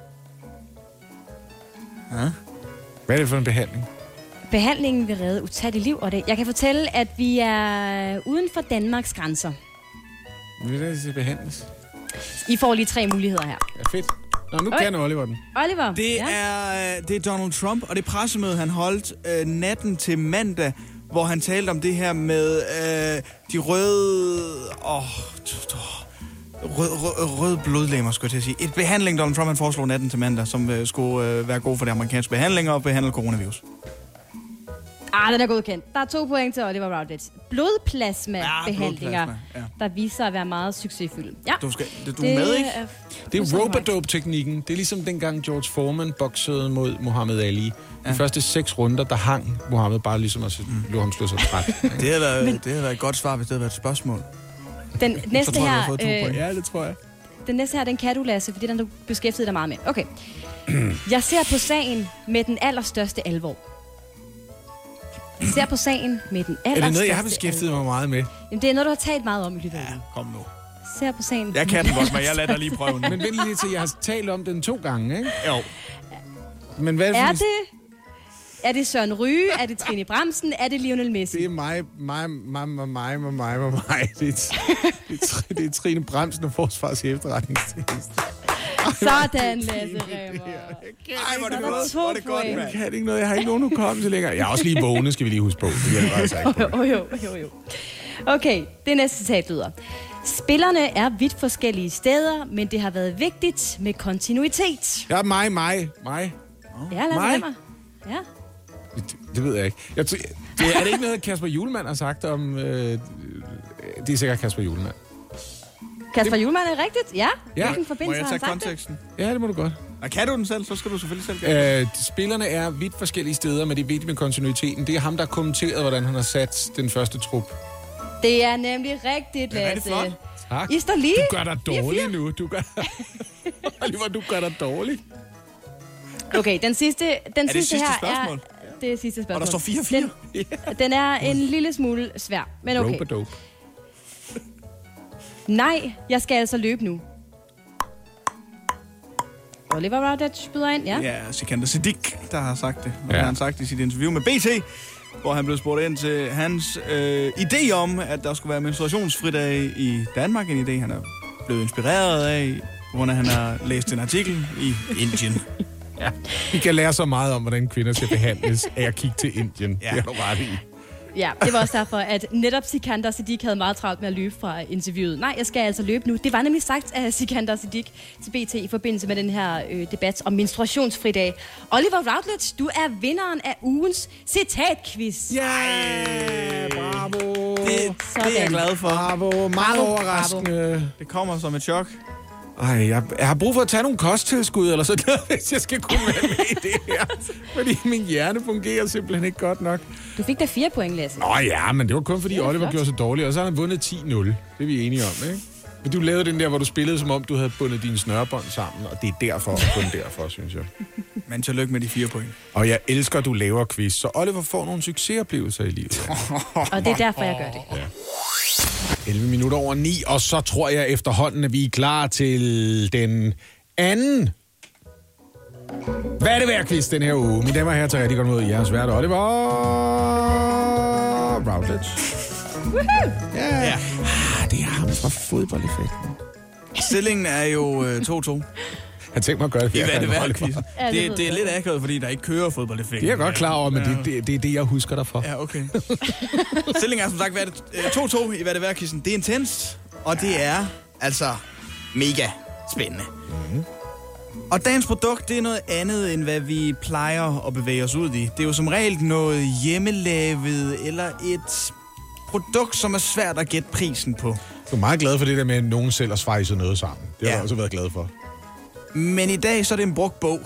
Ja. Hvad er det for en behandling? Behandlingen vil redde utallige liv, og det. Jeg kan fortælle, at vi er uden for Danmarks grænser. Vil det behandles? I får lige 3 muligheder her. Ja, fedt. Nå, nu kender Oliver den. Oliver, det er Donald Trump, og det pressemøde, han holdt natten til mandag, hvor han talte om det her med de røde blodlegemer, skulle jeg til at sige. Et behandling, Donald Trump han foreslog natten til mandag, som skulle være god for de amerikanske behandlinger og behandle coronavirus. Den er godkendt. Der er 2 point til Oliver Routledge. Blodplasma-behandlinger, der viser sig at være meget succesfulde. Ja. Du er med, ikke? Det er rope-a-dope-teknikken. Det er ligesom dengang George Foreman boksede mod Muhammad Ali. De første 6 runder, der hang Muhammad bare ligesom at lå ham slå sig træt. Det havde været et godt svar, hvis det havde været et spørgsmål. Den næste her... Ja, det tror jeg. Den næste her, den kan du, Lasse, fordi den du beskæftiget dig meget med. Okay. Jeg ser på sagen med den allerstørste alvor. Jeg ser på sagen med den allerstørste alvor. Er det noget, jeg har beskæftiget mig meget med? Jamen, det er noget, du har talt meget om i løbet af ugen. Kom nu. Ser på sagen. Jeg kan den godt, men jeg lader dig lige prøve den. Men vent lige til, jeg har talt om den 2 gange, ikke? Jo. Men hvad Er det Søren Ryge? Er det Trine Bramsen? Er det Lionel Messi? Det er mig. Det er Trine Bramsen og Forsvarets Efterretningstjeneste. Sådan, Lasse Remmer. Ej, hvor er det godt, mand. Jeg kan ikke noget. Jeg har ikke nogen hukommelse længere. Jeg er også lige vågnet, skal vi lige huske på. Det hjælper altså ikke på. Jo. Okay, det næste citat lyder. Spillerne er vidt forskellige steder, men det har været vigtigt med kontinuitet. Ja, mig. Ja, Lasse Remmer. Ja. Det ved jeg ikke. Er det ikke noget, Kasper Hjulmand har sagt om... det er sikkert Kasper Hjulmand. Kasper Hjulmand er rigtigt? Ja. Hvilken Må forbindelse jeg har tage han sagt konteksten? Ja, det må du godt. Og kan du den selv, så skal du selvfølgelig selv. Spillerne er vidt forskellige steder, men det er vigtigt med kontinuiteten. Det er ham, der har kommenteret, hvordan han har sat den første trup. Det er nemlig rigtigt, Lasse. Det er flot. Tak. I står lige. Du gør dig dårlig nu. Oliver, du gør dig dårlig. Okay, den sidste her spørgsmål? er... Det er sidste spørgsmål. Og der står 4-4. Den er en lille smule svær, men okay. Rope-a-dope. Nej, jeg skal altså løbe nu. Oliver Routledge byder ind, ja? Ja, Sikander Siddiq, der har sagt det. Og det har han sagt i sit interview med BT, hvor han blev spurgt ind til hans idé om, at der skulle være menstruationsfridag i Danmark. En idé, han er blevet inspireret af, på grund af, at han har læst en artikel i Indien. Ja. Vi kan lære så meget om, hvordan kvinder skal behandles af at kigge til Indien. Ja. Det er du ret i. Ja, det var også derfor, at netop Sikander Siddiq havde meget travlt med at løbe fra interviewet. Nej, jeg skal altså løbe nu. Det var nemlig sagt af Sikander Siddiq til BT i forbindelse med den her debat om menstruationsfridag. Oliver Routledge, du er vinderen af ugens citatquiz. Ja, bravo. Det er jeg glad for. Bravo, meget overraskende. Det kommer som et chok. Ej, jeg har brug for at tage nogle kosttilskud eller sådan noget, hvis jeg skal kunne være med i det her. Fordi min hjerne fungerer simpelthen ikke godt nok. Du fik da 4 point, Lasse. Nå ja, men det var kun fordi Oliver gjorde så dårligt, og så har han vundet 10-0. Det er vi enige om, ikke? Men du lavede den der, hvor du spillede, som om du havde bundet dine snørebånd sammen, og det er derfor, og kun derfor, synes jeg. Men tillykke med de 4 point. Og jeg elsker, at du laver quiz, så Oliver får nogle succesoplevelser i livet. Og det er derfor, jeg gør det. Ja. 11 minutter over 9, og så tror jeg efterhånden, at vi er klar til den anden. Hvad er det værd quiz den her uge? Mine damer og herrer, tager rigtig godt mod jeres vært, Oliver Routledge. Ja. Det er ham fra fodboldeffekten. Stillingen er jo 2-2. Jeg tænkte mig at gøre det. Hvad er det værd quiz? Det er lidt akavet, fordi der ikke kører fodboldeffekt. Det er jeg godt klar over, men det er det, jeg husker dig for. Ja, okay. Stillingen er som sagt 2-2 i Hvad er det værd quizzen. Det er intenst, og det er altså mega spændende. Mm-hmm. Og dagens produkt, det er noget andet, end hvad vi plejer at bevæge os ud i. Det er jo som regel noget hjemmelavet, eller et produkt, som er svært at gætte prisen på. Du er meget glad for det der med, at nogen selv har svejset noget sammen. Det har jeg også været glad for. Men i dag, så er det en brugt bog.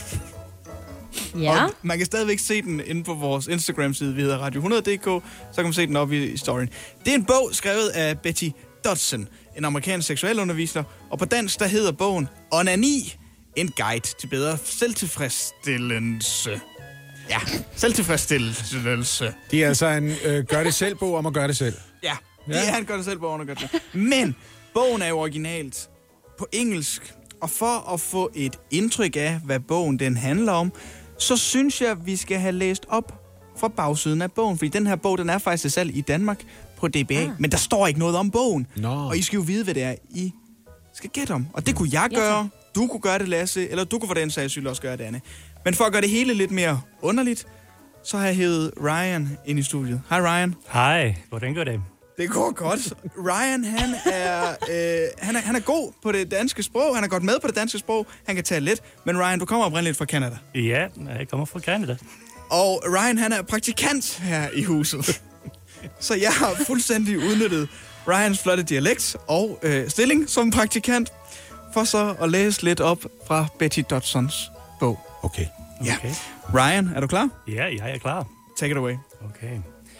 Ja. Og man kan stadigvæk se den inde på vores Instagram-side, vi hedder Radio100.dk, så kan man se den op i storyen. Det er en bog skrevet af Betty Dodson, en amerikansk seksualunderviser, og på dansk, der hedder bogen Onani, en guide til bedre selvtilfredsstillelse. Ja, selvtilfredsstillelse. Det er altså en gør-det-selv-bog om at gøre det selv. Ja, det er en gør-det-selv-bog om at gøre det selv. Men bogen er jo originalt på engelsk, og for at få et indtryk af, hvad bogen den handler om, så synes jeg, vi skal have læst op fra bagsiden af bogen. Fordi den her bog, den er faktisk til salg i Danmark på DBA, men der står ikke noget om bogen. Og I skal jo vide, hvad det er, I skal gætte om. Og det kunne jeg gøre, du kunne gøre det, Lasse, eller du kunne for den sags skyld også gøre det, Anne. Men for at gøre det hele lidt mere underligt, så har jeg hævet Ryan ind i studiet. Hej Ryan. Hej, hvordan går det? Det går godt. Ryan, han er god på det danske sprog. Han er godt med på det danske sprog. Han kan tale lidt. Men Ryan, du kommer oprindeligt fra Canada. Ja, jeg kommer fra Canada. Og Ryan, han er praktikant her i huset. Så jeg har fuldstændig udnyttet Ryans flotte dialekt og stilling som praktikant, for så at læse lidt op fra Betty Dodsons bog. Okay. Ja. Ryan, er du klar? Ja, jeg er klar. Take it away. Okay.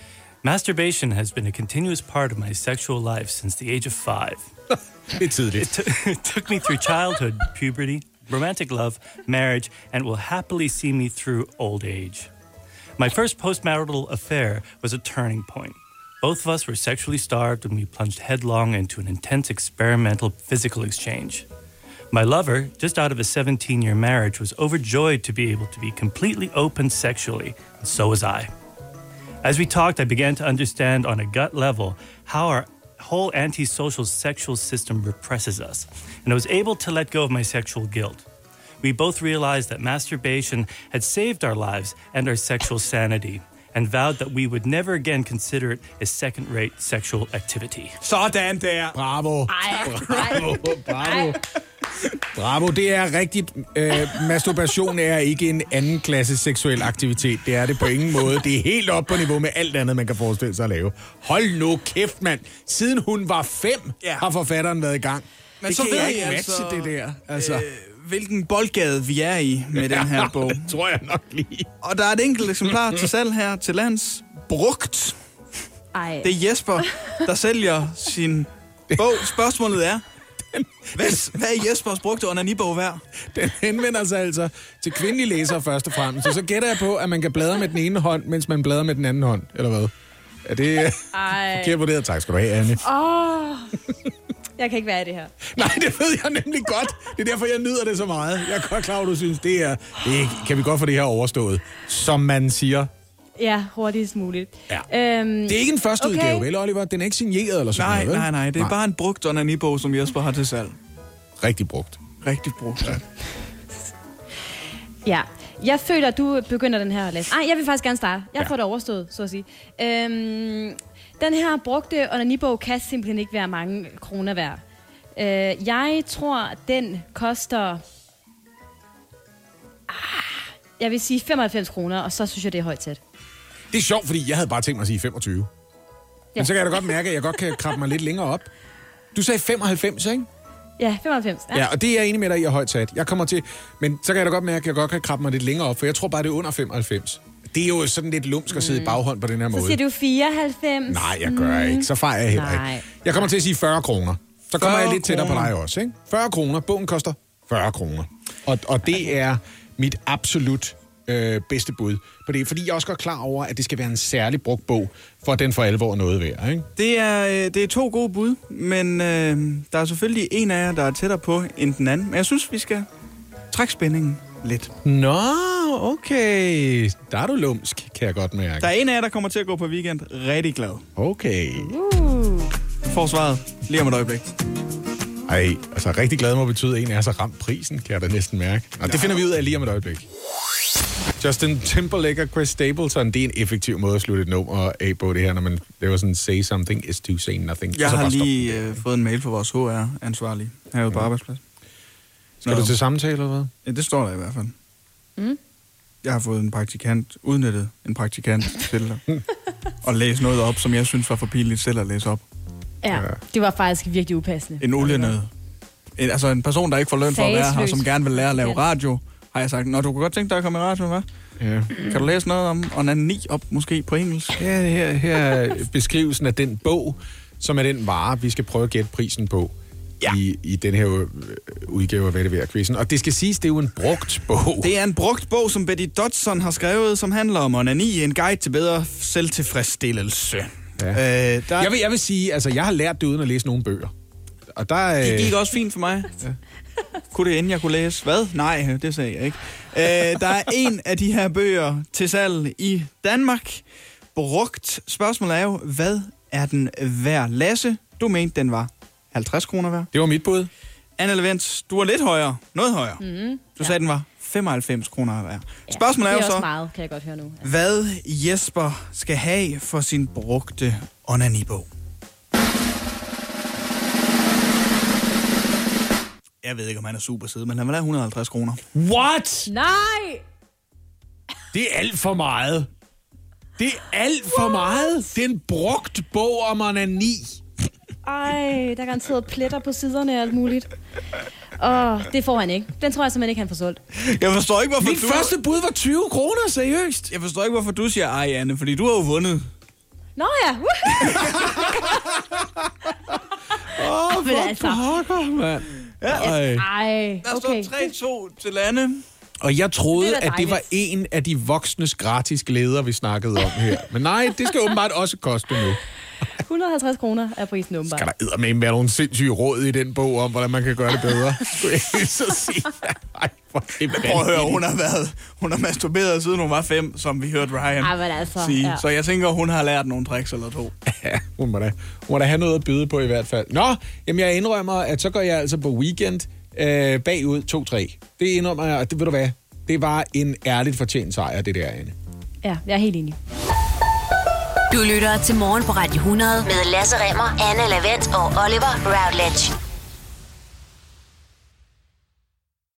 Masturbation has been a continuous part of my sexual life since the age of 5. It took me through childhood, puberty, romantic love, marriage, and will happily see me through old age. My first postmarital affair was a turning point. Both of us were sexually starved and we plunged headlong into an intense experimental physical exchange. My lover, just out of a 17-year marriage, was overjoyed to be able to be completely open sexually, and so was I. As we talked, I began to understand on a gut level how our whole antisocial sexual system represses us, and I was able to let go of my sexual guilt. We both realized that masturbation had saved our lives and our sexual sanity, and vowed that we would never again consider it a second-rate sexual activity. Sådan der. Bravo. Bravo, det er rigtigt. Masturbation er ikke en anden klasse seksuel aktivitet. Det er det på ingen måde. Det er helt op på niveau med alt andet, man kan forestille sig at lave. Hold nu kæft, mand. Siden hun var 5, har forfatteren været i gang. Men det så kan jeg ikke matche det der. Altså. Hvilken boldgade vi er i med den her bog. Det tror jeg nok lige. Og der er et enkelt eksemplar til salg her til lands. Brugt. Ej. Det er Jesper, der sælger sin bog. Spørgsmålet er, hvad er Jespers brugte onanibog værd? Den henvender sig altså til kvindelige læsere først og fremmest. Så gætter jeg på, at man kan bladre med den ene hånd, mens man bladrer med den anden hånd. Eller hvad? Er det forkert vurderet? Tak skal du have, Anne. Jeg kan ikke være i det her. Nej, det ved jeg nemlig godt. Det er derfor, jeg nyder det så meget. Jeg er godt klar, at du synes, det kan vi godt få det her overstået. Som man siger. Ja, hurtigst muligt. Ja. Det er ikke en første udgave, vel, Oliver? Den er ikke signeret eller sådan noget, Nej. Det er bare en brugt onanibog, som Jesper har til salg. Rigtig brugt. Rigtig brugt, ja. Ja. Jeg føler, at du begynder den her læse. Jeg vil faktisk gerne starte. Jeg får det overstået, så at sige. Den her brugte onanibog kan simpelthen ikke være mange kroner værd. Jeg tror, den koster... jeg vil sige 95 kroner, og så synes jeg, det er højt tæt. Det er sjovt, fordi jeg havde bare tænkt mig at sige 25. Men så kan jeg da godt mærke, at jeg godt kan krabbe mig lidt længere op. Du sagde 95, ikke? Ja, 95. Ja, og det er jeg enig med dig i at højt sat. Jeg kommer til... Men så kan jeg da godt mærke, at jeg godt kan krabbe mig lidt længere op, for jeg tror bare, det er under 95. Det er jo sådan lidt lumsk at sidde i baghånd på den her måde. Så siger du 94. Nej, jeg gør ikke. Så fejrer jeg heller ikke. Jeg kommer til at sige 40 kroner. Så kommer jeg lidt tættere på dig også, ikke? 40 kroner. Bogen koster 40 kroner. Og det er mit absolut bedste bud på det. Fordi jeg er også godt klar over, at det skal være en særlig brugt bog, for at den for alvor er noget værd, ikke? Det er 2 gode bud, men der er selvfølgelig en af jer, der er tættere på end den anden. Men jeg synes, vi skal trække spændingen lidt. Nå, okay. Der er du lumsk, kan jeg godt mærke. Der er en af jer, der kommer til at gå på weekend rigtig glad. Okay. Får svaret lige om et øjeblik. Ej, altså rigtig glad må betyde, at en af jer så ramt prisen, kan jeg da næsten mærke. Nå, det finder vi ud af lige om et øjeblik. Justin Timberlake og Chris Stapleton, det er en effektiv måde at slutte et nummer af på det her, når man laver sådan say something is to say nothing. Jeg har lige fået en mail fra vores HR-ansvarlige herude på arbejdspladsen. Skal du til samtale eller hvad? Ja, det står der i hvert fald. Jeg har fået udnyttet en praktikant til at læse noget op, som jeg synes var for pinligt selv at læse op. Ja, det var faktisk virkelig upassende. En olienød. Altså en person, der ikke får løn for at være her, som gerne vil lære at lave radio, har jeg sagt, du kunne godt tænke dig at komme i radio, hvad? Ja. Kan du læse noget om onani op, måske på engelsk? Ja, her er beskrivelsen af den bog, som er den vare, vi skal prøve at gætte prisen på i den her udgave af Hvad det værd quizzen. Og det skal siges, det er jo en brugt bog. Det er en brugt bog, som Betty Dodson har skrevet, som handler om onani, en guide til bedre selvtilfredsstillelse. Ja. Jeg vil sige, altså jeg har lært det uden at læse nogle bøger. Og der, det gik også fint for mig. Ja. Kunne det inden jeg kunne læse? Hvad? Nej, det sagde jeg ikke. Der er en af de her bøger til salg i Danmark. Brugt. Spørgsmålet er jo, hvad er den værd? Lasse, du mente, den var 50 kroner værd. Det var mit bud. Anne Levent, du var lidt højere. Noget højere. Du sagde, den var 95 kroner værd. Spørgsmålet er jo så, også meget, kan jeg godt høre nu. Ja. Hvad Jesper skal have for sin brugte onanibog. Jeg ved ikke, om han er super sød, men han vil have 150 kroner. What? Nej! Det er alt for meget. Det er alt for meget. Det er en brugt bog om onani. Ej, der er garanteret pletter på siderne og alt muligt. Det får han ikke. Den tror jeg simpelthen ikke, han får solgt. Jeg forstår ikke, hvorfor første bud var 20 kroner, seriøst. Jeg forstår ikke, hvorfor du siger ej, Anne, fordi du har jo vundet. Nå ja. Pokker, mand. Ej, der står 3-2 til Lande. Og jeg troede, Det er da at det var en af de voksnes gratis glæder, vi snakkede om her. Men nej, det skal åbenbart også koste nu. 150 kroner er prisen åbenbart. Skal der eddermame være nogle sindssyge råd i den bog om, hvordan man kan gøre det bedre? Skulle jeg så sige. Ej, prøv at høre, hun har masturberet siden hun var 5, som vi hørte Ryan sige. Ja. Så jeg tænker, hun har lært nogle tricks eller 2. Ja, hun må da have noget at byde på i hvert fald. Nå, jamen jeg indrømmer, at så går jeg altså på weekend bagud 2-3. Det indrømmer jeg, og det ved du hvad, det var en ærligt fortjent sejr, det der, Anne. Ja, jeg er helt enig. Du lytter til Morgen på Radio 100 med Lasse Remmer, Anne Lavendt og Oliver Routledge.